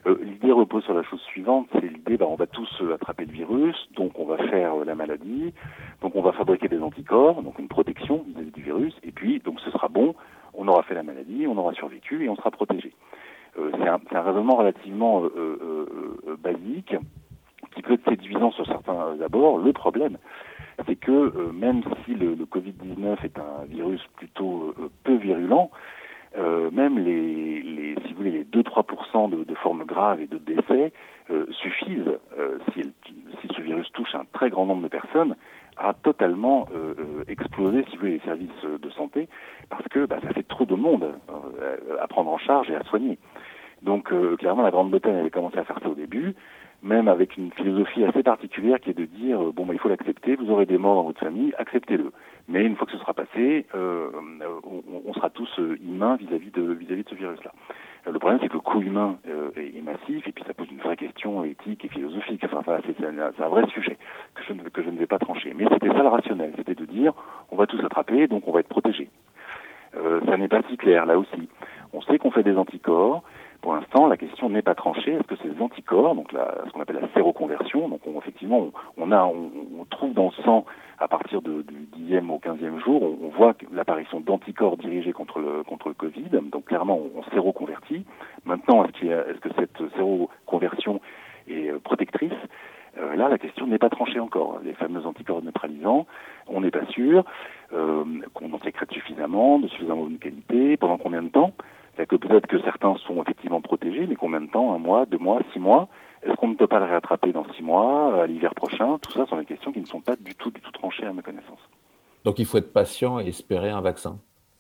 Euh, l'idée repose sur la chose suivante, c'est l'idée, bah, on va tous euh, attraper le virus, donc on va faire euh, la maladie, donc on va fabriquer des anticorps, donc une protection vis-à-vis du virus, et puis donc ce sera bon, on aura fait la maladie, on aura survécu et on sera protégé. Euh, c'est, un, c'est un raisonnement relativement euh, euh, euh, basique, qui peut être séduisant sur certains abords. Le problème, c'est que euh, même si le, le covid dix-neuf est un virus plutôt euh, peu virulent, euh, même les, les, si vous voulez, les deux à trois pour cent de, de formes graves et de décès euh, suffisent, euh, si, si ce virus touche un très grand nombre de personnes, à totalement euh, euh, exploser, si vous voulez, les services de santé, parce que bah, ça fait trop de monde euh, à prendre en charge et à soigner. Donc euh, clairement, la Grande-Bretagne avait commencé à faire ça au début, même avec une philosophie assez particulière qui est de dire euh, bon bah il faut l'accepter, vous aurez des morts dans votre famille, acceptez-le. Mais une fois que ce sera passé, euh, on, on sera tous euh, humains vis-à-vis de vis-à-vis de ce virus-là. Euh, le problème c'est que le coût humain euh, est, est massif et puis ça pose une vraie question éthique et philosophique. Enfin, enfin c'est, c'est, un, c'est un vrai sujet que je, ne, que je ne vais pas trancher. Mais c'était ça le rationnel, c'était de dire on va tous attraper, donc on va être protégés. Euh, ça n'est pas si clair là aussi. On sait qu'on fait des anticorps. Pour l'instant, la question n'est pas tranchée. Est-ce que ces anticorps, donc la, ce qu'on appelle la séroconversion, donc on, effectivement, on, on a, on, on trouve dans le sang à partir de, du dixième au quinzième jour, on, on voit l'apparition d'anticorps dirigés contre le contre le Covid. Donc clairement, on, on séroconvertit. Maintenant, est-ce, qu'il y a, est-ce que cette séroconversion est euh, protectrice? Euh, là, la question n'est pas tranchée encore. Les fameux anticorps neutralisants, on n'est pas sûr euh, qu'on en sécrète suffisamment, de suffisamment bonne qualité, pendant combien de temps? C'est-à-dire que peut-être que certains sont effectivement protégés, mais combien de temps? Un mois, deux mois, six mois? Est-ce qu'on ne peut pas le réattraper dans six mois, à l'hiver prochain? Tout ça sont des questions qui ne sont pas du tout, du tout tranchées à ma connaissance. Donc il faut être patient et espérer un vaccin.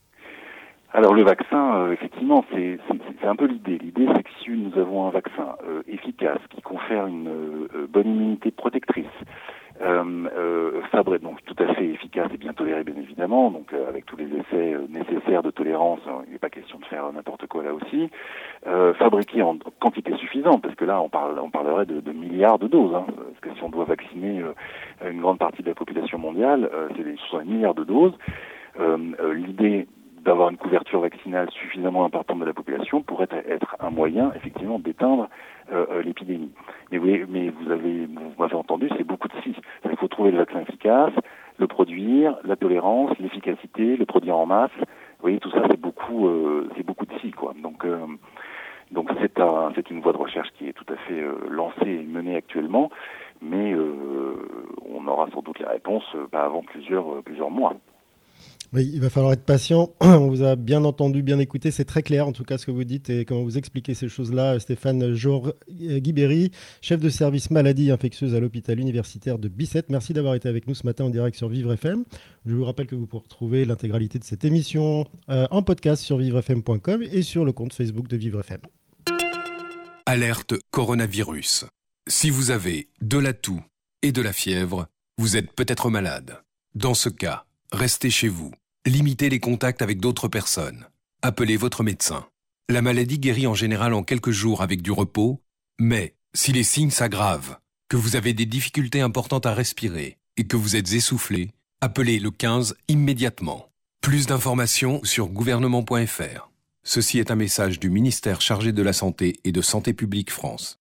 Alors le vaccin, euh, effectivement, c'est, c'est, c'est un peu l'idée. L'idée, c'est que si nous avons un vaccin euh, efficace, qui confère une euh, bonne immunité protectrice, euh, euh, fabriqué, donc tout à fait efficace et bien toléré, bien évidemment, donc euh, avec tous les essais euh, nécessaires de tolérance, hein, il n'est pas question de faire n'importe quoi là aussi, euh, fabriqué en quantité suffisante, parce que là, on, parle, on parlerait de, de milliards de doses, hein, parce que si on doit vacciner euh, une grande partie de la population mondiale, euh, c'est des, ce sont des milliards de doses. Euh, euh, l'idée d'avoir une couverture vaccinale suffisamment importante de la population pourrait être un moyen, effectivement, d'éteindre euh, l'épidémie. Mais vous, mais vous avez, vous m'avez entendu, c'est beaucoup de si. Il faut trouver le vaccin efficace, le produire, la tolérance, l'efficacité, le produire en masse. Vous voyez, tout ça, c'est beaucoup, euh, c'est beaucoup de si, quoi. Donc, euh, donc c'est, un, c'est une voie de recherche qui est tout à fait euh, lancée et menée actuellement, mais euh, on aura sans doute les réponses euh, bah, avant plusieurs, euh, plusieurs mois. Oui, il va falloir être patient. On vous a bien entendu, bien écouté. C'est très clair, en tout cas, ce que vous dites et comment vous expliquez ces choses-là. Stéphane Jour-Guibéry, chef de service maladies infectieuses à l'hôpital universitaire de Bicêtre. Merci d'avoir été avec nous ce matin en direct sur Vivre F M. Je vous rappelle que vous pourrez retrouver l'intégralité de cette émission euh, en podcast sur vivre f m point com et sur le compte Facebook de Vivre F M. Alerte coronavirus. Si vous avez de la toux et de la fièvre, vous êtes peut-être malade. Dans ce cas, restez chez vous. Limitez les contacts avec d'autres personnes. Appelez votre médecin. La maladie guérit en général en quelques jours avec du repos, mais si les signes s'aggravent, que vous avez des difficultés importantes à respirer et que vous êtes essoufflé, appelez le quinze immédiatement. Plus d'informations sur gouvernement point f r. Ceci est un message du ministère chargé de la Santé et de Santé publique France.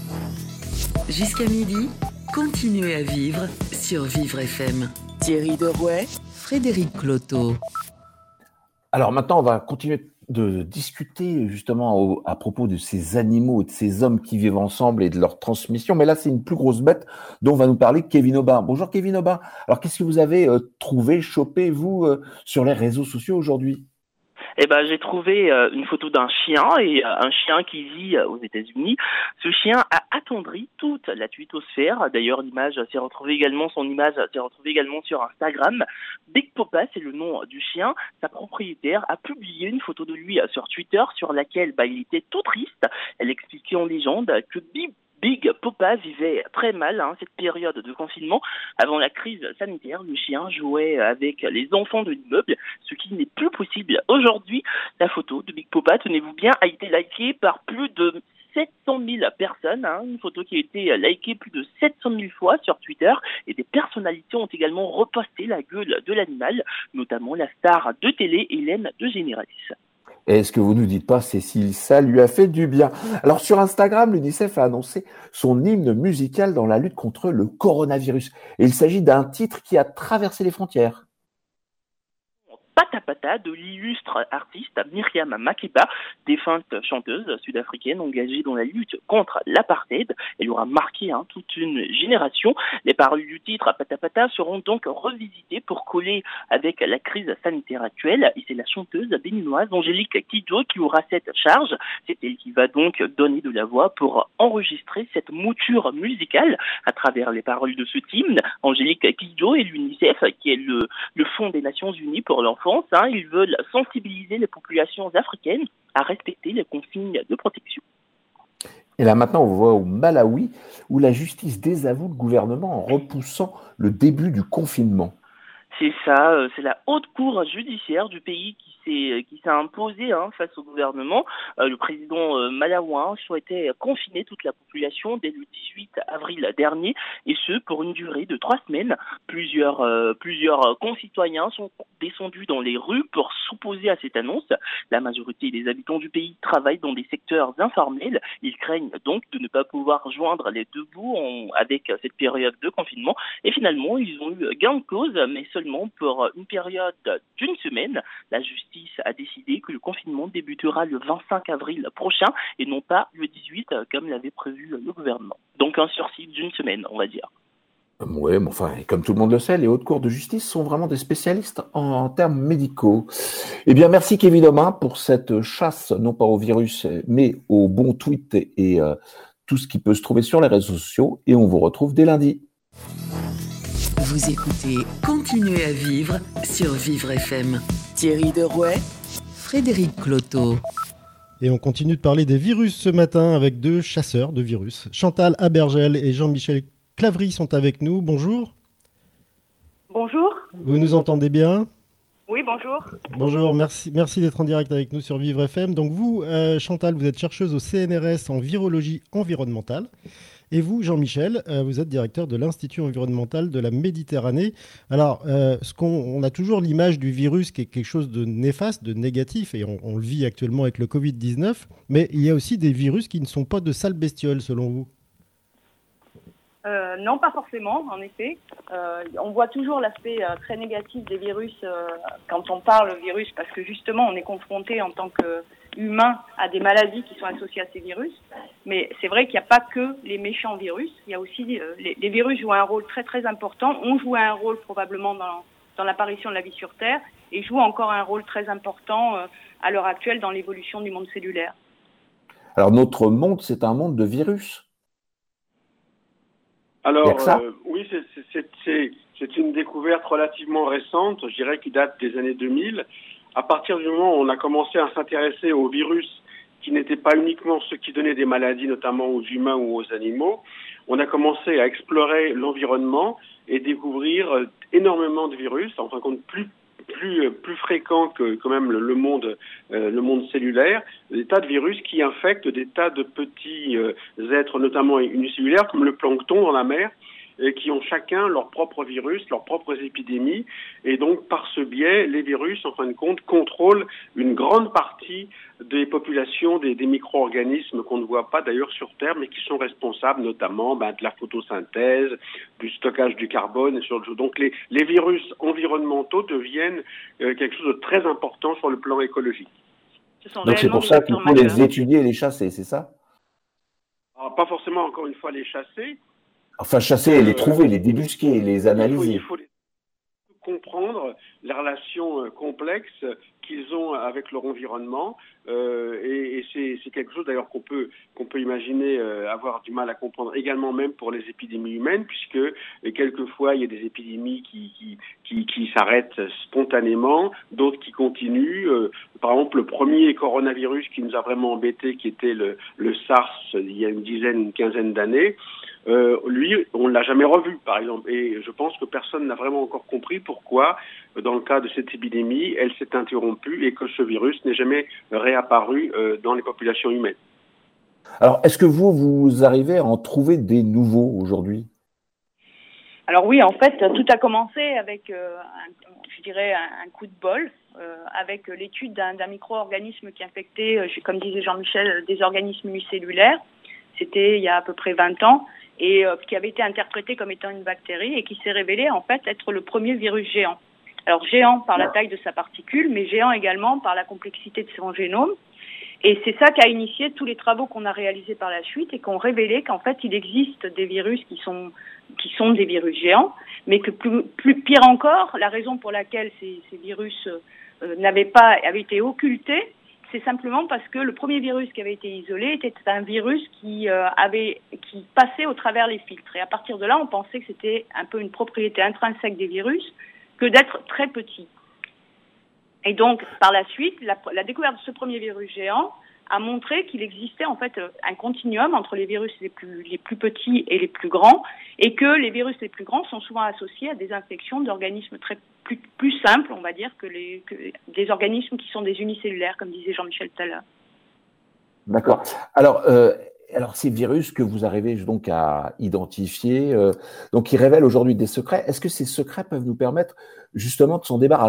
Jusqu'à midi, continuez à vivre sur Vivre F M. Thierry Derouet, Frédéric Cloteau. Alors maintenant, on va continuer de discuter justement au, à propos de ces animaux et de ces hommes qui vivent ensemble et de leur transmission. Mais là, c'est une plus grosse bête dont va nous parler Kevin Aubin. Bonjour Kevin Aubin. Alors, qu'est-ce que vous avez euh, trouvé, chopé, vous, euh, sur les réseaux sociaux aujourd'hui ? Eh ben, j'ai trouvé euh, une photo d'un chien, et euh, un chien qui vit euh, aux États-Unis. Ce chien a attendri toute la twittosphère. D'ailleurs, l'image s'est retrouvée également, son image s'est retrouvée également sur Instagram. Big Papa, c'est le nom du chien. Sa propriétaire a publié une photo de lui euh, sur Twitter sur laquelle bah, il était tout triste. Elle expliquait en légende que Big Big Papa vivait très mal hein, cette période de confinement. Avant la crise sanitaire, le chien jouait avec les enfants de l'immeuble, ce qui n'est plus possible aujourd'hui. La photo de Big Papa, tenez-vous bien, a été likée par plus de sept cent mille personnes, hein, une photo qui a été likée plus de sept cent mille fois sur Twitter, et des personnalités ont également reposté la gueule de l'animal, notamment la star de télé Hélène DeGeneres. Et est-ce que vous nous dites pas, Cécile, ça lui a fait du bien? Alors sur Instagram, l'UNICEF a annoncé son hymne musical dans la lutte contre le coronavirus. Et il s'agit d'un titre qui a traversé les frontières. Pata Pata de l'illustre artiste Myriam Makeba, défunte chanteuse sud-africaine engagée dans la lutte contre l'apartheid. Elle aura marqué hein, toute une génération. Les paroles du titre Pata Pata seront donc revisitées pour coller avec la crise sanitaire actuelle. Et c'est la chanteuse béninoise Angélique Kidjo qui aura cette charge. C'est elle qui va donc donner de la voix pour enregistrer cette mouture musicale à travers les paroles de ce hymne. Angélique Kidjo et l'UNICEF, qui est le, le Fonds des Nations Unies pour l'enfance, Hein, ils veulent sensibiliser les populations africaines à respecter les consignes de protection. Et là maintenant, on voit au Malawi où la justice désavoue le gouvernement en repoussant le début du confinement. C'est ça, euh, c'est la haute cour judiciaire du pays qui s'est qui s'est imposée hein, face au gouvernement. Euh, le président euh, malawien souhaitait confiner toute la population dès le dix-huit avril dernier, et ce pour une durée de trois semaines. Plusieurs euh, plusieurs concitoyens sont descendus dans les rues pour s'opposer à cette annonce. La majorité des habitants du pays travaillent dans des secteurs informels. Ils craignent donc de ne pas pouvoir joindre les deux bouts en, avec cette période de confinement. Et finalement, ils ont eu gain de cause, mais seulement pour une période d'une semaine. La justice a décidé que le confinement débutera le vingt-cinq avril prochain et non pas le dix-huit comme l'avait prévu le gouvernement. Donc un sursis d'une semaine, on va dire. Oui, mais enfin, comme tout le monde le sait, les hautes cours de justice sont vraiment des spécialistes en, en termes médicaux. Eh bien, merci Kevin Domain pour cette chasse, non pas au virus, mais aux bons tweets et, et euh, tout ce qui peut se trouver sur les réseaux sociaux. Et on vous retrouve dès lundi. Vous écoutez Continuez à vivre sur Vivre F M. Thierry Derouet, Frédéric Cloteau. Et on continue de parler des virus ce matin avec deux chasseurs de virus. Chantal Abergel et Jean-Michel Clavry sont avec nous. Bonjour. Bonjour. Vous nous entendez bien ? Oui, bonjour. Bonjour, merci, merci d'être en direct avec nous sur Vivre F M. Donc vous, euh, Chantal, vous êtes chercheuse au C N R S en virologie environnementale. Et vous, Jean-Michel, euh, vous êtes directeur de l'Institut environnemental de la Méditerranée. Alors, euh, ce qu'on, on a toujours l'image du virus qui est quelque chose de néfaste, de négatif, et on, on le vit actuellement avec le covid dix-neuf, mais il y a aussi des virus qui ne sont pas de sales bestioles, selon vous. Euh, non, pas forcément, en effet. Euh, on voit toujours l'aspect euh, très négatif des virus euh, quand on parle virus, parce que justement, on est confronté en tant qu'humain à des maladies qui sont associées à ces virus. Mais c'est vrai qu'il n'y a pas que les méchants virus. Il y a aussi euh, les, les virus jouent un rôle très très important. On joue un rôle probablement dans, dans l'apparition de la vie sur Terre et jouent encore un rôle très important euh, à l'heure actuelle dans l'évolution du monde cellulaire. Alors notre monde, c'est un monde de virus. Alors, euh, oui, c'est, c'est, c'est, c'est une découverte relativement récente, je dirais, qui date des années deux mille. À partir du moment où on a commencé à s'intéresser aux virus qui n'étaient pas uniquement ceux qui donnaient des maladies, notamment aux humains ou aux animaux, on a commencé à explorer l'environnement et découvrir énormément de virus, en fin de compte plus plus plus fréquents que quand même le, le monde euh, le monde cellulaire, des tas de virus qui infectent des tas de petits euh, êtres, notamment unicellulaires, comme le plancton dans la mer, et qui ont chacun leur propre virus, leurs propres épidémies, et donc par ce biais, les virus, en fin de compte, contrôlent une grande partie des populations, des, des micro-organismes qu'on ne voit pas d'ailleurs sur Terre, mais qui sont responsables notamment ben, de la photosynthèse, du stockage du carbone, et sur le donc les, les virus environnementaux deviennent euh, quelque chose de très important sur le plan écologique. Donc c'est pour ça qu'il faut les étudier et les chasser, c'est ça ? Alors, pas forcément, encore une fois, les chasser. Enfin, chasser, les trouver, les débusquer, les analyser. Il faut, il faut comprendre les relations complexes qu'ils ont avec leur environnement, euh, et, et c'est, c'est quelque chose d'ailleurs qu'on peut qu'on peut imaginer euh, avoir du mal à comprendre également même pour les épidémies humaines, puisque euh, quelquefois il y a des épidémies qui qui qui, qui s'arrêtent spontanément, d'autres qui continuent. Euh, par exemple, le premier coronavirus qui nous a vraiment embêtés, qui était le le SARS, il y a une dizaine, une quinzaine d'années. Euh, lui, on ne l'a jamais revu, par exemple. Et je pense que personne n'a vraiment encore compris pourquoi, dans le cas de cette épidémie, elle s'est interrompue et que ce virus n'est jamais réapparu euh, dans les populations humaines. Alors, est-ce que vous, vous arrivez à en trouver des nouveaux aujourd'hui ? Alors oui, en fait, tout a commencé avec, euh, un, je dirais, un, un coup de bol. euh, avec l'étude d'un, d'un micro-organisme qui infectait, euh, comme disait Jean-Michel, des organismes unicellulaires. C'était il y a à peu près vingt ans, et euh, qui avait été interprété comme étant une bactérie et qui s'est révélé en fait être le premier virus géant. Alors géant par la taille de sa particule, mais géant également par la complexité de son génome. Et c'est ça qui a initié tous les travaux qu'on a réalisés par la suite et qui ont révélé qu'en fait il existe des virus qui sont qui sont des virus géants, mais que plus, plus pire encore, la raison pour laquelle ces, ces virus euh, n'avaient pas avaient été occultés, c'est simplement parce que le premier virus qui avait été isolé était un virus qui euh, avait qui passait au travers les filtres. Et à partir de là, on pensait que c'était un peu une propriété intrinsèque des virus que d'être très petits. Et donc, par la suite, la, la découverte de ce premier virus géant a montré qu'il existait en fait un continuum entre les virus les plus, les plus petits et les plus grands, et que les virus les plus grands sont souvent associés à des infections d'organismes très plus, plus simples, on va dire, que, les, que des organismes qui sont des unicellulaires, comme disait Jean-Michel tout à l'heure. D'accord. Alors, euh, alors ces virus que vous arrivez donc à identifier, euh, donc ils révèlent aujourd'hui des secrets. Est-ce que ces secrets peuvent nous permettre justement de s'en débarrasser ?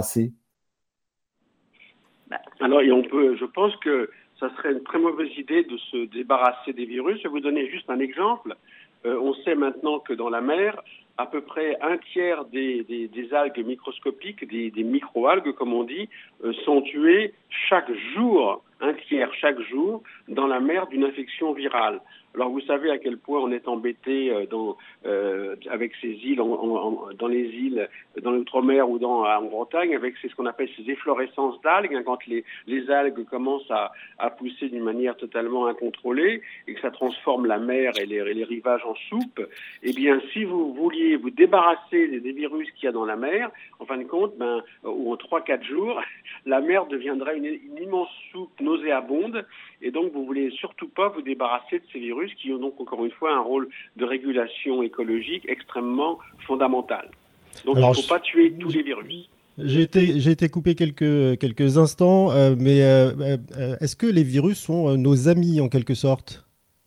Alors, et on peut, je pense que ça serait une très mauvaise idée de se débarrasser des virus. Je vais vous donner juste un exemple. Euh, on sait maintenant que dans la mer, à peu près un tiers des, des, des algues microscopiques, des, des microalgues comme on dit, euh, sont tuées chaque jour, un tiers chaque jour, dans la mer d'une infection virale. Alors vous savez à quel point on est embêté euh, dans, euh, avec ces îles, en, en, dans les îles, dans l'outre-mer ou dans, en Bretagne, avec ces, ce qu'on appelle ces efflorescences d'algues, hein, quand les, les algues commencent à, à pousser d'une manière totalement incontrôlée et que ça transforme la mer et les, et les rivages en soupe. Eh bien, si vous vouliez vous débarrasser des, des virus qu'il y a dans la mer, en fin de compte, ben, ou en trois quatre jours, la mer deviendrait une, une immense soupe nauséabonde, et donc vous voulez surtout pas vous débarrasser de ces virus qui ont donc encore une fois un rôle de régulation écologique extrêmement fondamental. Donc Alors, il ne faut je... pas tuer tous les virus. J'ai été, j'ai été coupé quelques, quelques instants, euh, mais euh, euh, est-ce que les virus sont euh, nos amis en quelque sorte ?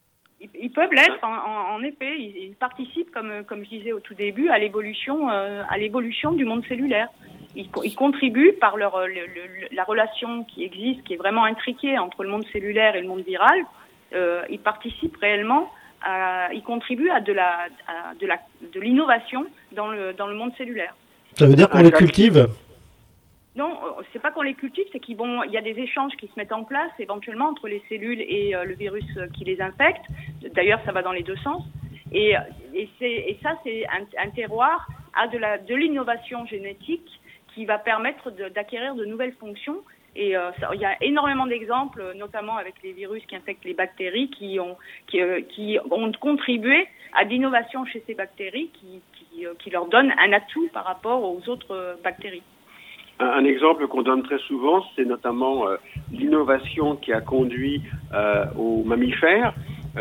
Ils peuvent l'être, en, en effet. Ils, ils participent, comme, comme je disais au tout début, à l'évolution, euh, à l'évolution du monde cellulaire. Ils, ils contribuent par leur, le, le, la relation qui existe, qui est vraiment intriquée entre le monde cellulaire et le monde viral. Euh, ils participent réellement, à, ils contribuent à de la, à de la, de l'innovation dans le, dans le monde cellulaire. Ça veut dire qu'on les cultive ? Non, c'est pas qu'on les cultive, c'est qu'il bon, il y a des échanges qui se mettent en place éventuellement entre les cellules et euh, le virus qui les infecte. D'ailleurs, ça va dans les deux sens. Et, et, c'est, et ça, c'est un, un terroir à de, la, de l'innovation génétique qui va permettre de, d'acquérir de nouvelles fonctions. Et euh, ça, il y a énormément d'exemples, notamment avec les virus qui infectent les bactéries, qui ont, qui, euh, qui ont contribué à l'innovation chez ces bactéries, qui, qui, euh, qui leur donne un atout par rapport aux autres euh, bactéries. Un exemple qu'on donne très souvent, c'est notamment euh, l'innovation qui a conduit euh, aux mammifères,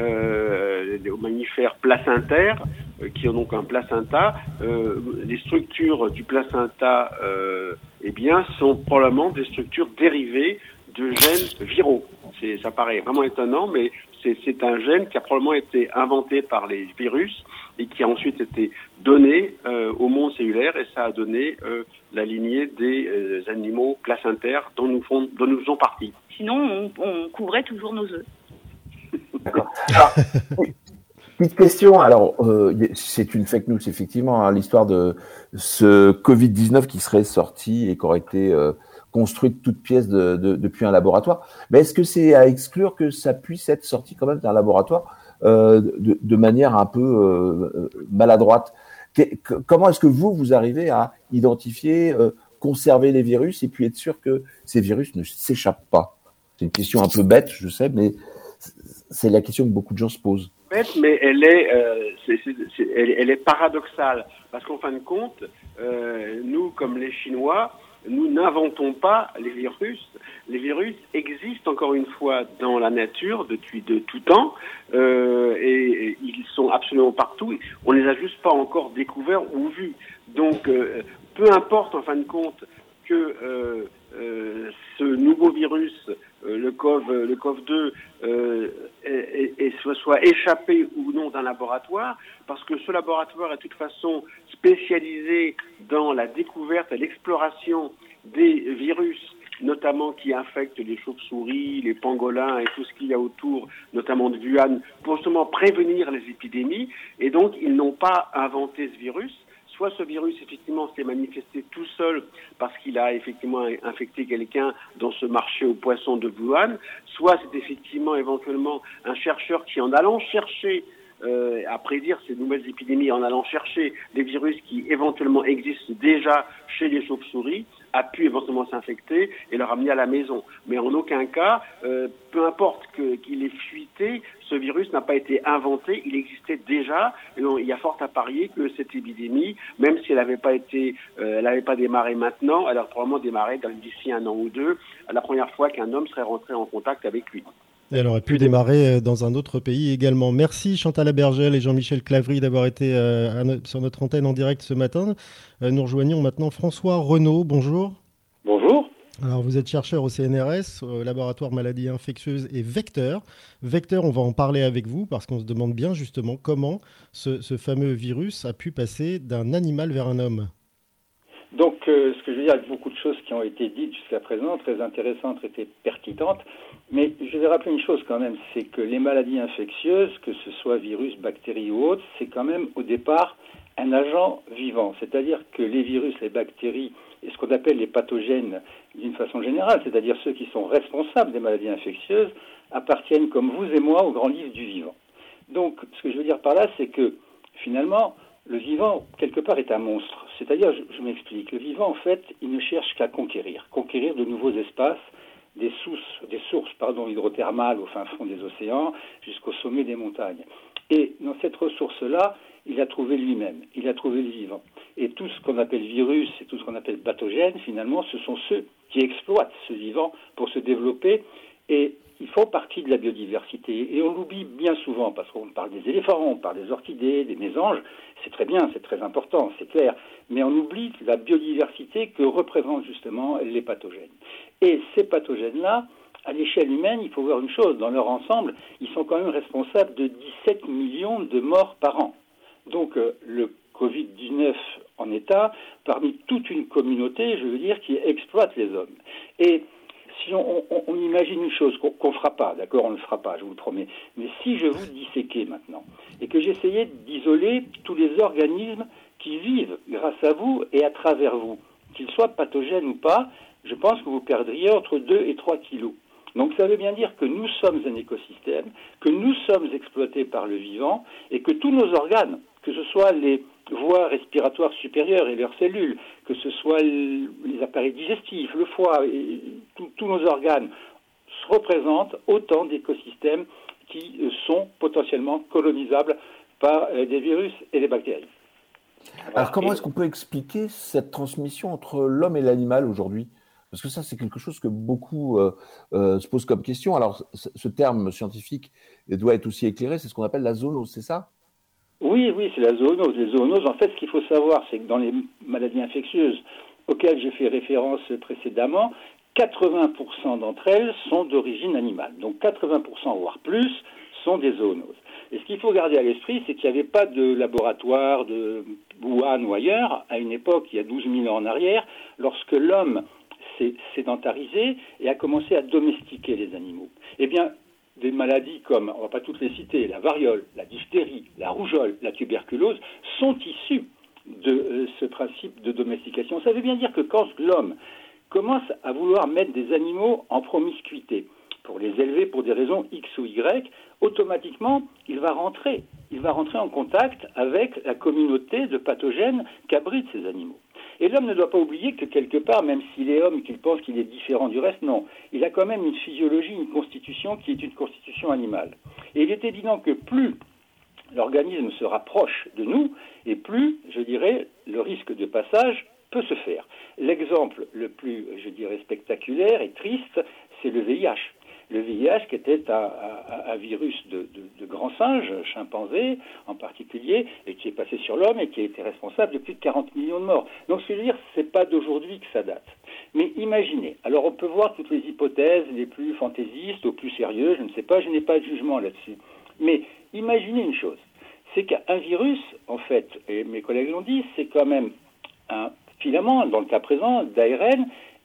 euh, aux mammifères placentaires, euh, qui ont donc un placenta. Euh, les structures du placenta, euh, eh bien, sont probablement des structures dérivées de gènes viraux. C'est, ça paraît vraiment étonnant, mais c'est, c'est un gène qui a probablement été inventé par les virus et qui a ensuite été donné euh, au monde cellulaire, et ça a donné euh, la lignée des euh, animaux placentaires dont nous, font, dont nous faisons partie. Sinon, on, on couvrait toujours nos œufs. D'accord. Alors, petite question, alors euh, c'est une fake news effectivement, hein, l'histoire de ce covid dix-neuf qui serait sorti et qui aurait été euh, construit de toutes pièces de, de, depuis un laboratoire. Mais est-ce que c'est à exclure que ça puisse être sorti quand même d'un laboratoire euh, de, de manière un peu euh, maladroite ? que, Comment est-ce que vous, vous arrivez à identifier, euh, conserver les virus et puis être sûr que ces virus ne s'échappent pas ? C'est une question un peu bête, je sais, mais c'est la question que beaucoup de gens se posent. Bête, mais elle est, euh, c'est, c'est, c'est, elle, elle est paradoxale, parce qu'en fin de compte, euh, nous, comme les Chinois, nous n'inventons pas les virus. Les virus existent encore une fois dans la nature depuis de tout temps, euh, et, et ils sont absolument partout. On les a juste pas encore découverts ou vus. Donc, euh, peu importe en fin de compte que euh, euh, ce nouveau virus, euh, le cov, le cov deux, euh, et, et soit, soit échappé ou non d'un laboratoire, parce que ce laboratoire est de toute façon spécialisé dans la découverte et l'exploration des virus notamment qui infectent les chauves-souris, les pangolins et tout ce qu'il y a autour, notamment de Wuhan, pour justement prévenir les épidémies. Et donc, ils n'ont pas inventé ce virus. Soit ce virus, effectivement, s'est manifesté tout seul parce qu'il a effectivement infecté quelqu'un dans ce marché aux poissons de Wuhan, soit c'est effectivement éventuellement un chercheur qui, en allant chercher euh, à prédire ces nouvelles épidémies, en allant chercher des virus qui éventuellement existent déjà chez les chauves-souris, a pu éventuellement s'infecter et le ramener à la maison. Mais en aucun cas, euh, peu importe que, qu'il ait fuité, ce virus n'a pas été inventé, il existait déjà. Et donc, il y a fort à parier que cette épidémie, même si elle n'avait pas été, euh, elle n'avait pas démarré maintenant, elle a probablement démarré d'ici un an ou deux, la première fois qu'un homme serait rentré en contact avec lui. Et elle aurait pu démarrer dans un autre pays également. Merci Chantal Abergel et Jean-Michel Clavry d'avoir été euh, no- sur notre antenne en direct ce matin. Euh, nous rejoignons maintenant François Renaud. Bonjour. Bonjour. Alors vous êtes chercheur au C N R S, au laboratoire maladies infectieuses et vecteurs. Vecteurs, on va en parler avec vous parce qu'on se demande bien justement comment ce, ce fameux virus a pu passer d'un animal vers un homme. Donc, euh, ce que je veux dire, il y a beaucoup de choses qui ont été dites jusqu'à présent, très intéressantes, très pertinentes. Mais je vais rappeler une chose quand même, c'est que les maladies infectieuses, que ce soit virus, bactéries ou autres, c'est quand même au départ un agent vivant. C'est-à-dire que les virus, les bactéries et ce qu'on appelle les pathogènes d'une façon générale, c'est-à-dire ceux qui sont responsables des maladies infectieuses, appartiennent comme vous et moi au grand livre du vivant. Donc, ce que je veux dire par là, c'est que finalement, le vivant, quelque part, est un monstre. C'est-à-dire, je, je m'explique, le vivant, en fait, il ne cherche qu'à conquérir, conquérir de nouveaux espaces, des sources, des sources pardon, hydrothermales au fin fond des océans, jusqu'au sommet des montagnes. Et dans cette ressource-là, il a trouvé lui-même, il a trouvé le vivant. Et tout ce qu'on appelle virus et tout ce qu'on appelle pathogène, finalement, ce sont ceux qui exploitent ce vivant pour se développer. Et ils font partie de la biodiversité. Et on l'oublie bien souvent, parce qu'on parle des éléphants, on parle des orchidées, des mésanges. C'est très bien, c'est très important, c'est clair. Mais on oublie la biodiversité que représentent justement les pathogènes. Et ces pathogènes-là, à l'échelle humaine, il faut voir une chose. Dans leur ensemble, ils sont quand même responsables de dix-sept millions de morts par an. Donc euh, le covid dix-neuf en est un, parmi toute une communauté, je veux dire, qui exploite les hommes. Et si on, on, on imagine une chose qu'on ne fera pas, d'accord, on ne le fera pas, je vous le promets, mais si je vous disséquais maintenant et que j'essayais d'isoler tous les organismes qui vivent grâce à vous et à travers vous, qu'ils soient pathogènes ou pas, je pense que vous perdriez entre deux et trois kilos. Donc ça veut bien dire que nous sommes un écosystème, que nous sommes exploités par le vivant et que tous nos organes, que ce soit les voies respiratoires supérieures et leurs cellules, que ce soit les appareils digestifs, le foie, et tous nos organes, représentent autant d'écosystèmes qui sont potentiellement colonisables par des virus et des bactéries. Alors comment est-ce qu'on peut expliquer cette transmission entre l'homme et l'animal aujourd'hui ? Parce que ça, c'est quelque chose que beaucoup euh, euh, se posent comme question. Alors, c- ce terme scientifique doit être aussi éclairé, c'est ce qu'on appelle la zoonose, c'est ça ? Oui, oui, c'est la zoonose. Les zoonoses, en fait, ce qu'il faut savoir, c'est que dans les maladies infectieuses auxquelles j'ai fait référence précédemment, quatre-vingts pour cent d'entre elles sont d'origine animale. Donc quatre-vingts pour cent, voire plus, sont des zoonoses. Et ce qu'il faut garder à l'esprit, c'est qu'il n'y avait pas de laboratoire de Wuhan ou ailleurs, à une époque, il y a douze mille ans en arrière, lorsque l'homme s'est sédentarisé et a commencé à domestiquer les animaux. Eh bien, des maladies comme, on ne va pas toutes les citer, la variole, la diphtérie, la rougeole, la tuberculose, sont issues de euh, ce principe de domestication. Ça veut bien dire que quand l'homme commence à vouloir mettre des animaux en promiscuité, pour les élever pour des raisons X ou Y, automatiquement, il va rentrer, il va rentrer en contact avec la communauté de pathogènes qu'abritent ces animaux. Et l'homme ne doit pas oublier que quelque part, même s'il est homme, qu'il pense qu'il est différent du reste, non. Il a quand même une physiologie, une constitution qui est une constitution animale. Et il est évident que plus l'organisme se rapproche de nous, et plus, je dirais, le risque de passage peut se faire. L'exemple le plus, je dirais, spectaculaire et triste, c'est le V I H. Le V I H qui était un, un, un virus de, de, de grands singes, chimpanzés en particulier, et qui est passé sur l'homme et qui a été responsable de plus de quarante millions de morts. Donc ce que je veux dire, c'est pas d'aujourd'hui que ça date. Mais imaginez, alors on peut voir toutes les hypothèses les plus fantaisistes aux plus sérieuses, je ne sais pas, je n'ai pas de jugement là-dessus. Mais imaginez une chose, c'est qu'un virus, en fait, et mes collègues l'ont dit, c'est quand même un filament, dans le cas présent, d'A R N,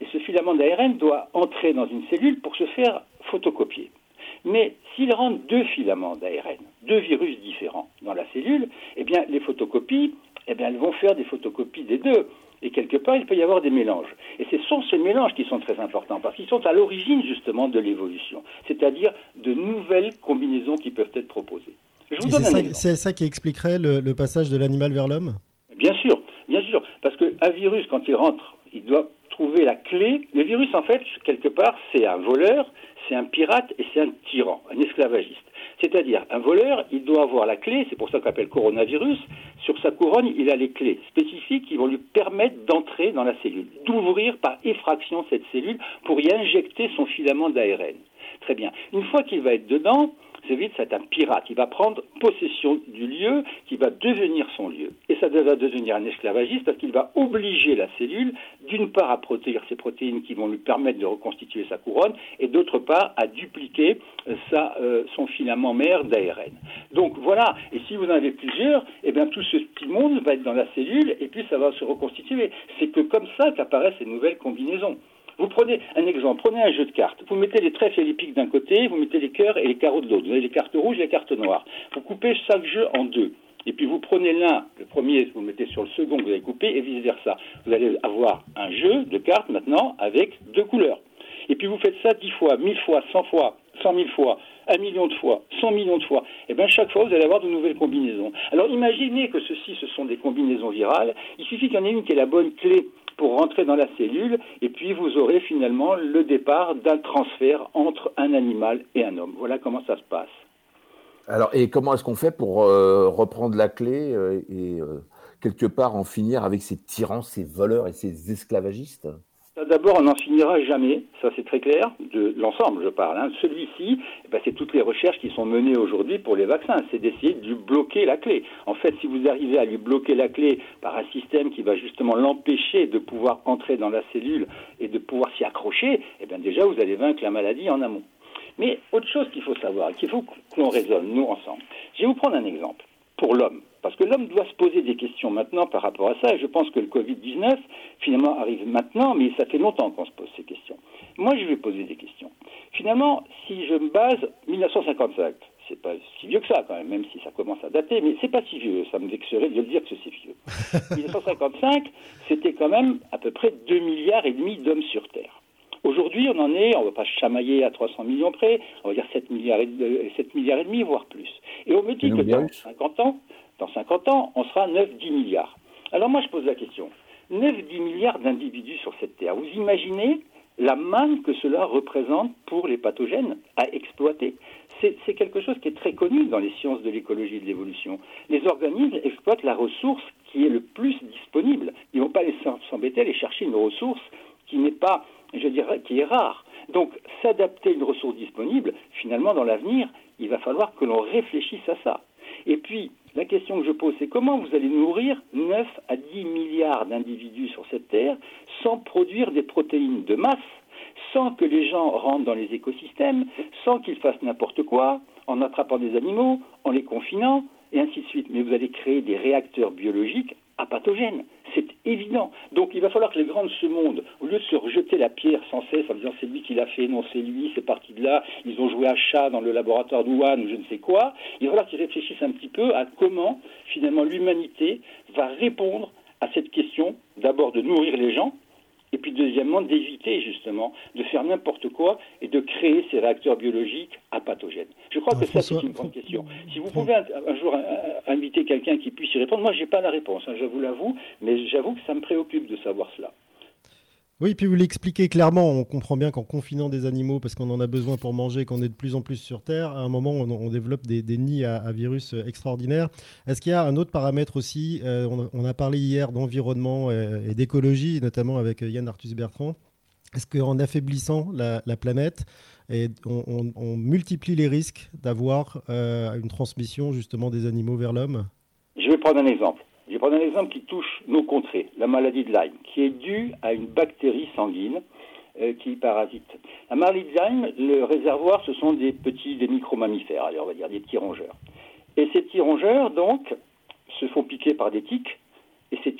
Et ce filament d'A R N doit entrer dans une cellule pour se faire photocopier. Mais s'il rentre deux filaments d'A R N, deux virus différents dans la cellule, eh bien, les photocopies, eh bien, elles vont faire des photocopies des deux. Et quelque part, il peut y avoir des mélanges. Et ce sont ces mélanges qui sont très importants, parce qu'ils sont à l'origine, justement, de l'évolution. C'est-à-dire de nouvelles combinaisons qui peuvent être proposées. Je vous donne un exemple. C'est ça qui expliquerait le, le passage de l'animal vers l'homme ? Bien sûr, bien sûr. Parce qu'un virus, quand il rentre, il doit trouver la clé. Le virus, en fait, quelque part, c'est un voleur, c'est un pirate et c'est un tyran, un esclavagiste. C'est-à-dire, un voleur, il doit avoir la clé, c'est pour ça qu'on appelle coronavirus. Sur sa couronne, il a les clés spécifiques qui vont lui permettre d'entrer dans la cellule, d'ouvrir par effraction cette cellule pour y injecter son filament d'A R N. Très bien. Une fois qu'il va être dedans, c'est vite, c'est un pirate. Il va prendre possession du lieu qui va devenir son lieu. Et ça va devenir un esclavagiste parce qu'il va obliger la cellule, d'une part, à produire ces protéines qui vont lui permettre de reconstituer sa couronne, et d'autre part, à dupliquer sa, euh, son filament mère d'A R N. Donc voilà, et si vous en avez plusieurs, eh bien tout ce petit monde va être dans la cellule, et puis ça va se reconstituer. C'est que comme ça qu'apparaissent ces nouvelles combinaisons. Vous prenez un exemple, prenez un jeu de cartes. Vous mettez les trèfles et les piques d'un côté, vous mettez les cœurs et les carreaux de l'autre. Vous avez les cartes rouges et les cartes noires. Vous coupez chaque jeu en deux. Et puis vous prenez l'un, le premier, vous le mettez sur le second que vous avez coupé, et vice-versa. Vous allez avoir un jeu de cartes maintenant avec deux couleurs. Et puis vous faites ça dix fois, mille fois, cent fois, cent mille fois, un million de fois, cent millions de fois. Et bien chaque fois, vous allez avoir de nouvelles combinaisons. Alors imaginez que ceci, ce sont des combinaisons virales. Il suffit qu'il y en ait une qui ait la bonne clé pour rentrer dans la cellule, et puis vous aurez finalement le départ d'un transfert entre un animal et un homme. Voilà comment ça se passe. Alors, et comment est-ce qu'on fait pour euh, reprendre la clé euh, et euh, quelque part en finir avec ces tyrans, ces voleurs et ces esclavagistes ? D'abord, on n'en finira jamais, ça c'est très clair, de l'ensemble je parle. Hein. Celui-ci, eh ben, c'est toutes les recherches qui sont menées aujourd'hui pour les vaccins, c'est d'essayer de lui bloquer la clé. En fait, si vous arrivez à lui bloquer la clé par un système qui va justement l'empêcher de pouvoir entrer dans la cellule et de pouvoir s'y accrocher, eh bien déjà vous allez vaincre la maladie en amont. Mais autre chose qu'il faut savoir, qu'il faut que l'on raisonne, nous ensemble. Je vais vous prendre un exemple pour l'homme. Parce que l'homme doit se poser des questions maintenant par rapport à ça. Et je pense que le covid dix-neuf, finalement, arrive maintenant, mais ça fait longtemps qu'on se pose ces questions. Moi, je vais poser des questions. Finalement, si je me base dix-neuf cent cinquante-cinq, c'est pas si vieux que ça quand même, même si ça commence à dater, mais c'est pas si vieux, ça me vexerait de le dire que c'est vieux. dix-neuf cent cinquante-cinq, c'était quand même à peu près deux milliards et demi d'hommes sur Terre. Aujourd'hui, on en est, on ne va pas chamailler à trois cents millions près, on va dire sept milliards et, sept milliards et demi, voire plus. Et on me dit que dans cinquante ans, dans cinquante ans, on sera neuf à dix milliards. Alors moi, je pose la question. neuf à dix milliards d'individus sur cette Terre. Vous imaginez la manne que cela représente pour les pathogènes à exploiter ? C'est, c'est quelque chose qui est très connu dans les sciences de l'écologie et de l'évolution. Les organismes exploitent la ressource qui est le plus disponible. Ils ne vont pas les s'embêter à aller chercher une ressource qui n'est pas, je dirais, qui est rare. Donc, s'adapter à une ressource disponible, finalement, dans l'avenir, il va falloir que l'on réfléchisse à ça. Et puis, la question que je pose, c'est comment vous allez nourrir neuf à dix milliards d'individus sur cette Terre sans produire des protéines de masse, sans que les gens rentrent dans les écosystèmes, sans qu'ils fassent n'importe quoi, en attrapant des animaux, en les confinant, et ainsi de suite. Mais vous allez créer des réacteurs biologiques apathogènes. C'est évident. Donc il va falloir que les grands de ce monde, au lieu de se rejeter la pierre sans cesse en disant c'est lui qui l'a fait, non c'est lui, c'est parti de là, ils ont joué à chat dans le laboratoire de Wuhan ou je ne sais quoi, il va falloir qu'ils réfléchissent un petit peu à comment finalement l'humanité va répondre à cette question, d'abord de nourrir les gens, et puis deuxièmement d'éviter justement de faire n'importe quoi et de créer ces réacteurs biologiques apathogènes. Je crois que ça c'est une grande question. Si vous pouvez un, un jour un, inviter quelqu'un qui puisse y répondre, moi j'ai pas la réponse, hein, je vous l'avoue, mais j'avoue que ça me préoccupe de savoir cela. Oui, puis vous l'expliquez clairement, on comprend bien qu'en confinant des animaux, parce qu'on en a besoin pour manger, qu'on est de plus en plus sur Terre, à un moment, on, on développe des, des nids à, à virus extraordinaires. Est-ce qu'il y a un autre paramètre aussi, euh, on, a, on a parlé hier d'environnement et, et d'écologie, notamment avec Yann Arthus-Bertrand. Est-ce qu'en affaiblissant la, la planète, et on, on, on multiplie les risques d'avoir euh, une transmission justement des animaux vers l'homme ? Je vais prendre un exemple. Je vais prendre un exemple qui touche nos contrées, la maladie de Lyme, qui est due à une bactérie sanguine euh, qui parasite. La maladie de Lyme, le réservoir, ce sont des petits, des micro-mammifères, allez, on va dire des petits rongeurs. Et ces petits rongeurs, donc, se font piquer par des tiques, et ces tiques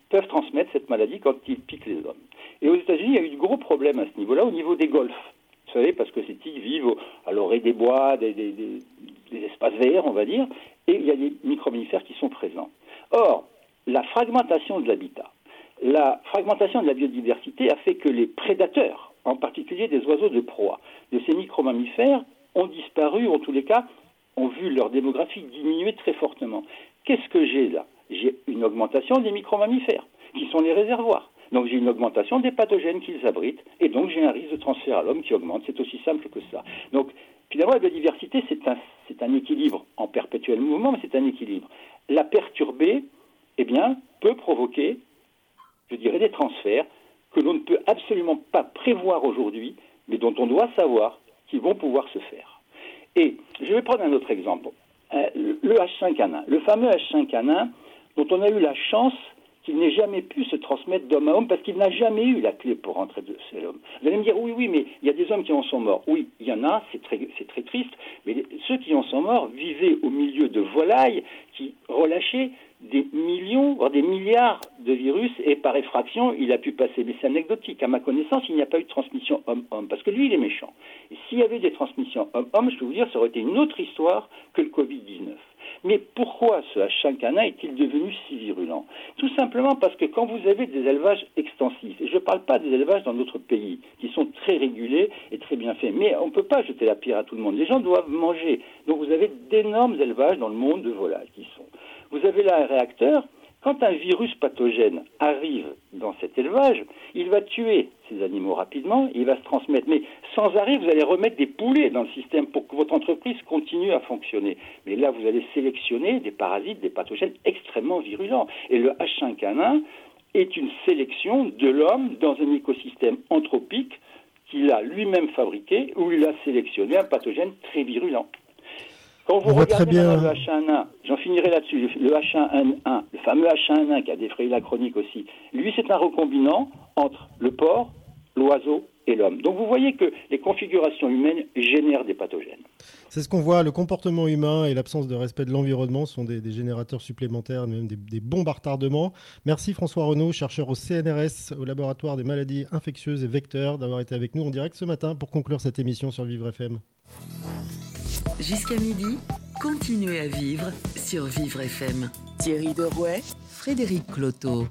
peuvent transmettre cette maladie quand ils piquent les hommes. Et aux États-Unis, il y a eu de gros problèmes à ce niveau-là, au niveau des golfs. Vous savez, parce que ces tigres vivent à l'orée des bois, des, des, des, des espaces verts, on va dire, et il y a des micro-mammifères qui sont présents. Or, la fragmentation de l'habitat, la fragmentation de la biodiversité a fait que les prédateurs, en particulier des oiseaux de proie, de ces micro-mammifères, ont disparu, ou en tous les cas, ont vu leur démographie diminuer très fortement. Qu'est-ce que j'ai là? J'ai une augmentation des micro-mammifères, qui sont les réservoirs. Donc j'ai une augmentation des pathogènes qu'ils abritent, et donc j'ai un risque de transfert à l'homme qui augmente. C'est aussi simple que ça. Donc finalement, la biodiversité, c'est un, c'est un équilibre en perpétuel mouvement, mais c'est un équilibre. La perturber, eh bien, peut provoquer, je dirais, des transferts que l'on ne peut absolument pas prévoir aujourd'hui, mais dont on doit savoir qu'ils vont pouvoir se faire. Et je vais prendre un autre exemple. Euh, le H cinq N un, le fameux H cinq N un, dont on a eu la chance qu'il n'ait jamais pu se transmettre d'homme à homme parce qu'il n'a jamais eu la clé pour rentrer de chez l'homme. Vous allez me dire, oui, oui, mais il y a des hommes qui en sont morts. Oui, il y en a, c'est très, c'est très triste, mais les, ceux qui en sont morts vivaient au milieu de volailles qui relâchaient des millions, voire des milliards de virus, et par effraction, il a pu passer. Mais c'est anecdotique. À ma connaissance, il n'y a pas eu de transmission homme-homme, parce que lui, il est méchant. Et s'il y avait des transmissions homme-homme, je peux vous dire, ça aurait été une autre histoire que le covid dix-neuf. Mais pourquoi ce H cinq N un est-il devenu si virulent? Tout simplement parce que quand vous avez des élevages extensifs, et je ne parle pas des élevages dans notre pays, qui sont très régulés et très bien faits, mais on ne peut pas jeter la pierre à tout le monde. Les gens doivent manger. Donc vous avez d'énormes élevages dans le monde de volailles qui sont. Vous avez là un réacteur. Quand un virus pathogène arrive dans cet élevage, il va tuer ces animaux rapidement, il va se transmettre. Mais sans arrêt, vous allez remettre des poulets dans le système pour que votre entreprise continue à fonctionner. Mais là, vous allez sélectionner des parasites, des pathogènes extrêmement virulents. Et le H cinq N un est une sélection de l'homme dans un écosystème anthropique qu'il a lui-même fabriqué, où il a sélectionné un pathogène très virulent. Quand vous regardez bien le H un N un, j'en finirai là-dessus, le H un N un, le fameux H un N un qui a défrayé la chronique aussi, lui c'est un recombinant entre le porc, l'oiseau et l'homme. Donc vous voyez que les configurations humaines génèrent des pathogènes. C'est ce qu'on voit, le comportement humain et l'absence de respect de l'environnement sont des, des générateurs supplémentaires, même des, des bombes à retardement. Merci François Renaud, chercheur au C N R S, au laboratoire des maladies infectieuses et vecteurs, d'avoir été avec nous en direct ce matin pour conclure cette émission sur Vivre F M. Jusqu'à midi, continuez à vivre sur Vivre F M. Thierry Derouet, Frédéric Cloteau.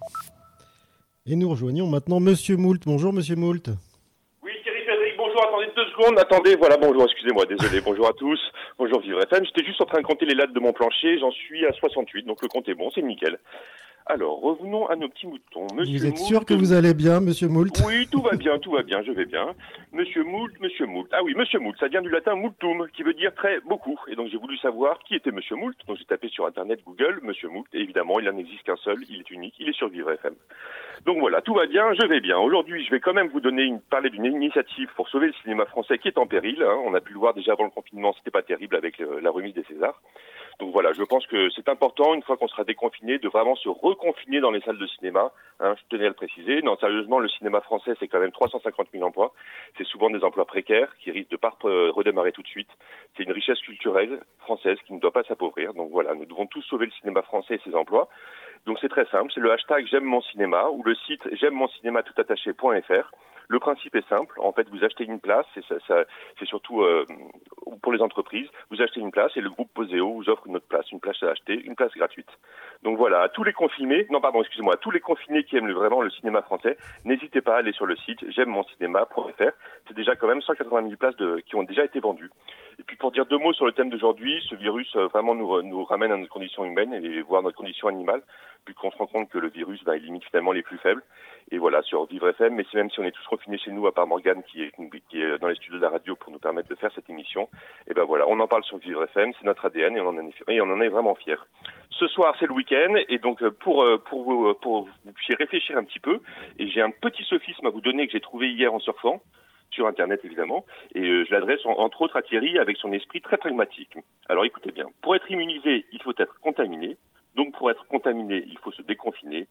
Et nous rejoignons maintenant Monsieur Moult. Bonjour Monsieur Moult. Oui, Thierry, Frédéric, bonjour, attendez deux secondes, attendez, voilà, bonjour, excusez-moi, désolé, bonjour à tous, bonjour Vivre F M, j'étais juste en train de compter les lattes de mon plancher, j'en suis à soixante-huit, donc le compte est bon, c'est nickel. Alors, revenons à nos petits moutons. Monsieur vous êtes Moult, sûr que vous allez bien, Monsieur Moult? Oui, tout va bien, tout va bien, je vais bien. Monsieur Moult, Monsieur Moult. Ah oui, Monsieur Moult, ça vient du latin multum, qui veut dire très beaucoup. Et donc j'ai voulu savoir qui était Monsieur Moult. Donc j'ai tapé sur Internet, Google, Monsieur Moult. Et évidemment, il n'en existe qu'un seul, il est unique, il est sur Vivre F M. Donc voilà, tout va bien, je vais bien. Aujourd'hui, je vais quand même vous donner une, parler d'une initiative pour sauver le cinéma français qui est en péril. Hein. On a pu le voir déjà avant le confinement, c'était pas terrible avec le, la remise des Césars. Donc voilà, je pense que c'est important, une fois qu'on sera déconfiné, de vraiment se reconfiner dans les salles de cinéma. Hein, je tenais à le préciser. Non, sérieusement, le cinéma français, c'est quand même trois cent cinquante mille emplois. C'est souvent des emplois précaires qui risquent de pas redémarrer tout de suite. C'est une richesse culturelle française qui ne doit pas s'appauvrir. Donc voilà, nous devons tous sauver le cinéma français et ses emplois. Donc c'est très simple, c'est le hashtag J'aime mon cinéma ou le site j'aime mon cinéma tout attaché point f r. Le principe est simple, en fait vous achetez une place, et ça, ça, c'est surtout euh, pour les entreprises, vous achetez une place et le groupe Poseo vous offre une autre place, une place à acheter, une place gratuite. Donc voilà, à tous les confinés, non pardon, excusez-moi, à tous les confinés qui aiment vraiment le cinéma français, n'hésitez pas à aller sur le site j'aime mon cinéma point f r. C'est déjà quand même cent quatre-vingt mille places de, qui ont déjà été vendues. Et puis pour dire deux mots sur le thème d'aujourd'hui, ce virus euh, vraiment nous, nous ramène à notre condition humaine et voire notre condition animale, puisqu'on se rend compte que le virus bah, il limite finalement les plus faibles. Et voilà, sur Vivre F M, mais c'est même si on est tous confinés chez nous, à part Morgane qui est, qui est dans les studios de la radio pour nous permettre de faire cette émission, et ben voilà, on en parle sur Vivre F M, c'est notre A D N et on en est, et on en est vraiment fiers. Ce soir, c'est le week-end, et donc pour, pour, vous, pour vous puissiez réfléchir un petit peu, et j'ai un petit sophisme à vous donner que j'ai trouvé hier en surfant, sur Internet évidemment, et euh, je l'adresse en, entre autres à Thierry avec son esprit très pragmatique. Alors écoutez bien, pour être immunisé, il faut être contaminé, donc pour être contaminé, il faut se déconfiner.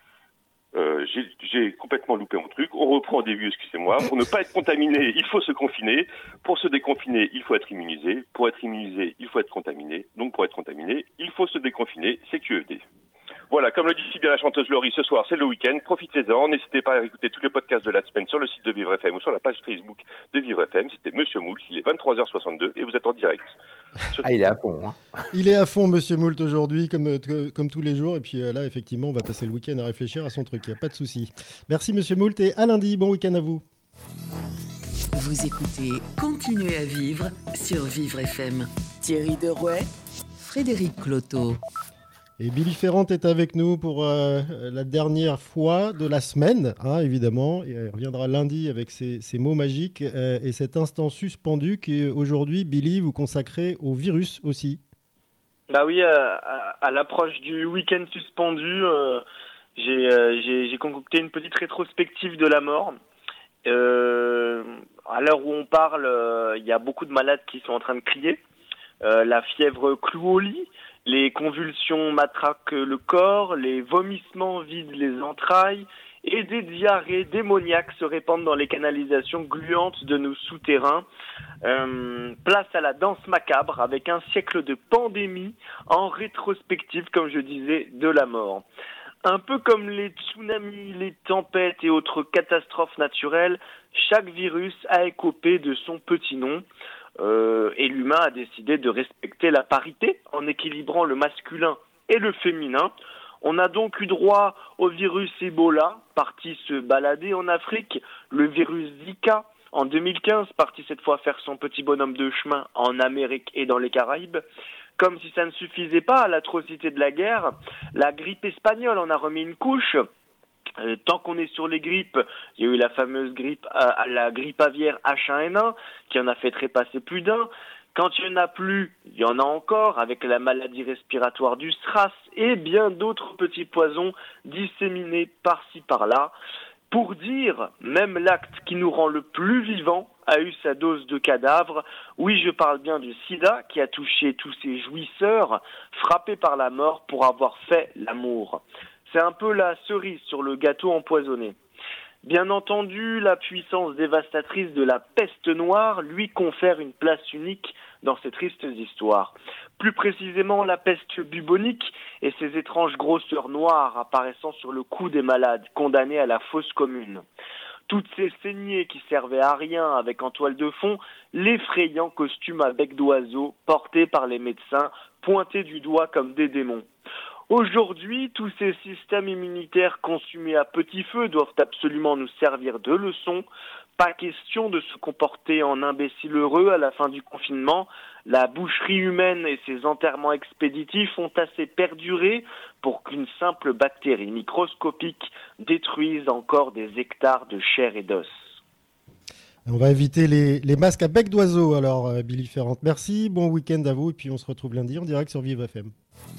Euh, j'ai, j'ai complètement loupé mon truc, on reprend au début, excusez-moi. Pour ne pas être contaminé, il faut se confiner. Pour se déconfiner, il faut être immunisé. Pour être immunisé, il faut être contaminé. Donc pour être contaminé, il faut se déconfiner, c'est Q F D. Voilà, comme le dit si bien la chanteuse Laurie, ce soir c'est le week-end, profitez-en, n'hésitez pas à écouter tous les podcasts de la semaine sur le site de Vivre F M ou sur la page Facebook de Vivre F M. C'était Monsieur Moult, il est vingt-trois heures soixante-deux et vous êtes en direct. Ah, il est à fond. Hein. Il est à fond, Monsieur Moult, aujourd'hui, comme, euh, comme tous les jours. Et puis euh, là, effectivement, on va passer le week-end à réfléchir à son truc, il n'y a pas de souci. Merci, Monsieur Moult, et à lundi. Bon week-end à vous. Vous écoutez Continuez à vivre sur Vivre F M. Thierry Derouet, Frédéric Cloteau. Et Billy Ferrand est avec nous pour euh, la dernière fois de la semaine, hein, évidemment. Et il reviendra lundi avec ses, ses mots magiques euh, et cet instant suspendu qu'aujourd'hui, Billy, vous consacrez au virus aussi. Bah oui, euh, à, à l'approche du week-end suspendu, euh, j'ai, euh, j'ai, j'ai concocté une petite rétrospective de la mort. Euh, à l'heure où on parle, il euh, y a beaucoup de malades qui sont en train de crier. Euh, la fièvre cloue au lit. Les convulsions matraquent le corps, les vomissements vident les entrailles et des diarrhées démoniaques se répandent dans les canalisations gluantes de nos souterrains. Euh, place à la danse macabre avec un siècle de pandémie en rétrospective, comme je disais, de la mort. Un peu comme les tsunamis, les tempêtes et autres catastrophes naturelles, chaque virus a écopé de son petit nom. Euh, et l'humain a décidé de respecter la parité en équilibrant le masculin et le féminin. On a donc eu droit au virus Ebola, parti se balader en Afrique, le virus Zika, en deux mille quinze, parti cette fois faire son petit bonhomme de chemin en Amérique et dans les Caraïbes. Comme si ça ne suffisait pas à l'atrocité de la guerre, la grippe espagnole en a remis une couche. Euh, tant qu'on est sur les grippes, il y a eu la fameuse grippe, euh, la grippe aviaire H un N un, qui en a fait trépasser plus d'un. Quand il n'y en a plus, il y en a encore, avec la maladie respiratoire du SRAS et bien d'autres petits poisons disséminés par-ci par-là. Pour dire, même l'acte qui nous rend le plus vivant a eu sa dose de cadavre. Oui, je parle bien du sida qui a touché tous ces jouisseurs, frappés par la mort pour avoir fait l'amour. C'est un peu la cerise sur le gâteau empoisonné. Bien entendu, la puissance dévastatrice de la peste noire lui confère une place unique dans ces tristes histoires. Plus précisément, la peste bubonique et ses étranges grosseurs noires apparaissant sur le cou des malades condamnés à la fosse commune. Toutes ces saignées qui servaient à rien avec en toile de fond l'effrayant costume à bec d'oiseau porté par les médecins pointés du doigt comme des démons. Aujourd'hui, tous ces systèmes immunitaires consumés à petit feu doivent absolument nous servir de leçon. Pas question de se comporter en imbécile heureux à la fin du confinement. La boucherie humaine et ses enterrements expéditifs ont assez perduré pour qu'une simple bactérie microscopique détruise encore des hectares de chair et d'os. On va éviter les, les masques à bec d'oiseau alors, euh, Billy Ferrand. Merci, bon week-end à vous et puis on se retrouve lundi en direct sur Vivre F M.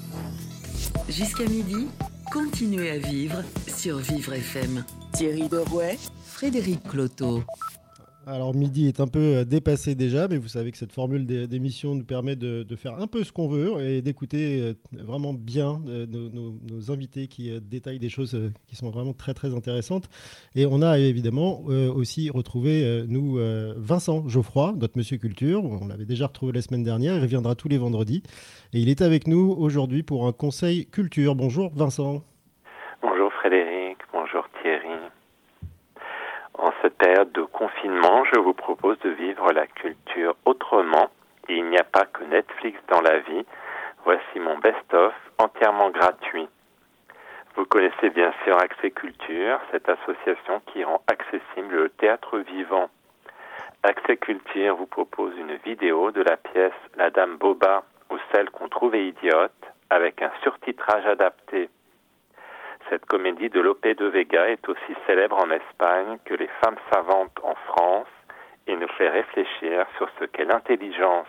Jusqu'à midi, continuez à vivre sur Vivre F M. Thierry Derouet, Frédéric Cloteau. Alors midi est un peu dépassé déjà, mais vous savez que cette formule d'émission nous permet de, de faire un peu ce qu'on veut et d'écouter vraiment bien nos, nos, nos invités qui détaillent des choses qui sont vraiment très très intéressantes. Et on a évidemment aussi retrouvé nous Vincent Geoffroy, notre Monsieur Culture. On l'avait déjà retrouvé la semaine dernière, il reviendra tous les vendredis. Et il est avec nous aujourd'hui pour un conseil culture. Bonjour Vincent. Bonjour Frédéric, bonjour Thierry. En cette période de confinement, je vous propose de vivre la culture autrement. Et il n'y a pas que Netflix dans la vie. Voici mon best-of entièrement gratuit. Vous connaissez bien sûr Accès Culture, cette association qui rend accessible le théâtre vivant. Accès Culture vous propose une vidéo de la pièce La Dame Boba ou Celle qu'on trouvait idiote avec un surtitrage adapté. Cette comédie de Lope de Vega est aussi célèbre en Espagne que Les Femmes savantes en France et nous fait réfléchir sur ce qu'est l'intelligence.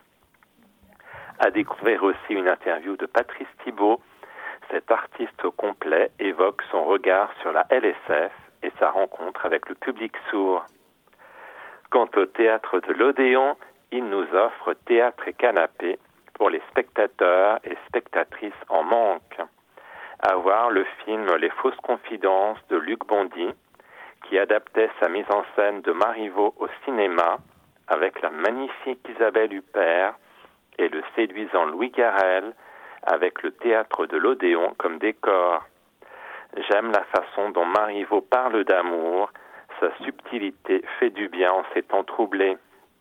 À découvrir aussi une interview de Patrice Thibault. Cet artiste au complet évoque son regard sur la L S F et sa rencontre avec le public sourd. Quant au théâtre de l'Odéon, il nous offre théâtre et canapé pour les spectateurs et spectatrices en manque. À voir le film Les fausses confidences de Luc Bondy, qui adaptait sa mise en scène de Marivaux au cinéma avec la magnifique Isabelle Huppert et le séduisant Louis Garrel avec le théâtre de l'Odéon comme décor. J'aime la façon dont Marivaux parle d'amour, sa subtilité fait du bien en ces temps troublés.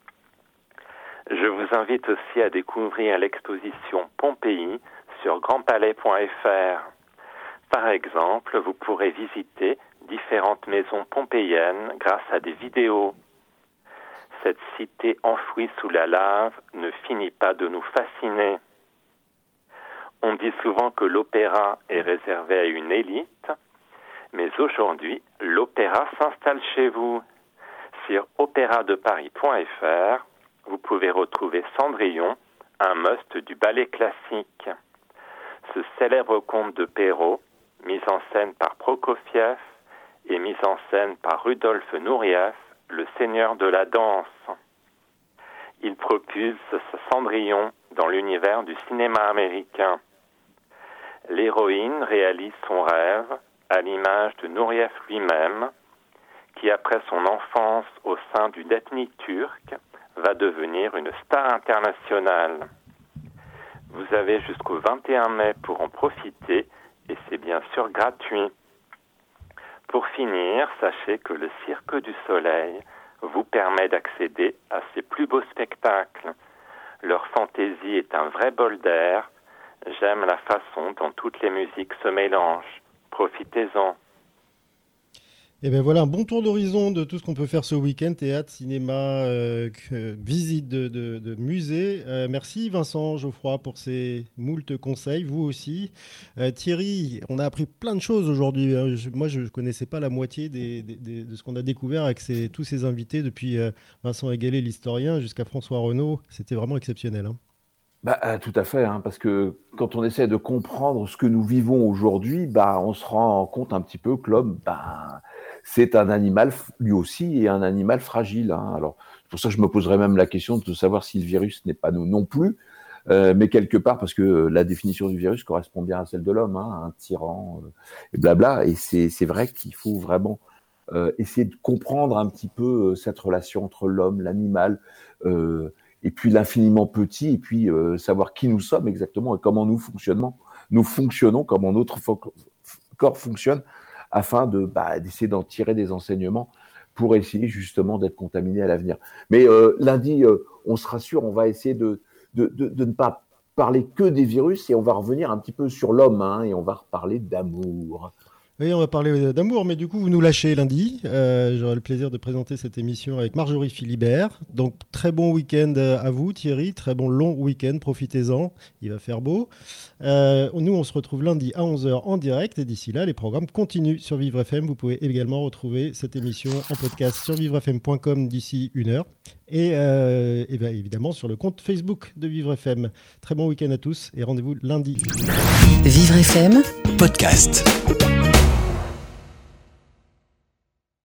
Je vous invite aussi à découvrir l'exposition Pompéi sur grand palais point f r. Par exemple, vous pourrez visiter différentes maisons pompéiennes grâce à des vidéos. Cette cité enfouie sous la lave ne finit pas de nous fasciner. On dit souvent que l'opéra est réservé à une élite, mais aujourd'hui, l'opéra s'installe chez vous. Sur opéra de paris point f r, vous pouvez retrouver Cendrillon, un must du ballet classique. Ce célèbre conte de Perrault, mis en scène par Prokofiev et mis en scène par Rudolf Nureyev, le seigneur de la danse. Il propulse Cendrillon dans l'univers du cinéma américain. L'héroïne réalise son rêve à l'image de Nureyev lui-même, qui après son enfance au sein d'une ethnie turque, va devenir une star internationale. Vous avez jusqu'au vingt et un mai pour en profiter et c'est bien sûr gratuit. Pour finir, sachez que le Cirque du Soleil vous permet d'accéder à ses plus beaux spectacles. Leur fantaisie est un vrai bol d'air. J'aime la façon dont toutes les musiques se mélangent. Profitez-en. Et bien voilà, un bon tour d'horizon de tout ce qu'on peut faire ce week-end, théâtre, cinéma, euh, visite de, de, de musée. Euh, merci Vincent Geoffroy pour ces moultes conseils, vous aussi. Euh, Thierry, on a appris plein de choses aujourd'hui. Je, moi, je ne connaissais pas la moitié des, des, des, de ce qu'on a découvert avec ces, tous ces invités, depuis euh, Vincent Eguélé, l'historien, jusqu'à François Renaud. C'était vraiment exceptionnel. Hein. Bah, euh, tout à fait, hein, parce que quand on essaie de comprendre ce que nous vivons aujourd'hui, bah, on se rend compte un petit peu que l'homme, bah, c'est un animal, lui aussi, et un animal fragile. Hein. Alors, c'est pour ça que je me poserais même la question de savoir si le virus n'est pas nous non plus, euh, mais quelque part, parce que la définition du virus correspond bien à celle de l'homme, hein, un tyran, euh, et blabla, et c'est, c'est vrai qu'il faut vraiment euh, essayer de comprendre un petit peu euh, cette relation entre l'homme, l'animal, euh, et puis l'infiniment petit, et puis euh, savoir qui nous sommes exactement et comment nous fonctionnons, nous fonctionnons, comment notre fo- corps fonctionne, afin de bah, d'essayer d'en tirer des enseignements pour essayer justement d'être contaminé à l'avenir. Mais euh, lundi, euh, on se rassure, on va essayer de, de, de, de ne pas parler que des virus et on va revenir un petit peu sur l'homme, hein, et on va reparler d'amour. Oui, on va parler d'amour, mais du coup, vous nous lâchez lundi. Euh, j'aurai le plaisir de présenter cette émission avec Marjorie Philibert. Donc, très bon week-end à vous, Thierry. Très bon long week-end. Profitez-en. Il va faire beau. Euh, nous, on se retrouve lundi à onze heures en direct. Et d'ici là, les programmes continuent sur Vivre F M. Vous pouvez également retrouver cette émission en podcast sur vivre f m point com d'ici une heure. Et, euh, et bien, évidemment, sur le compte Facebook de Vivre F M. Très bon week-end à tous et rendez-vous lundi. Vivre F M Podcast.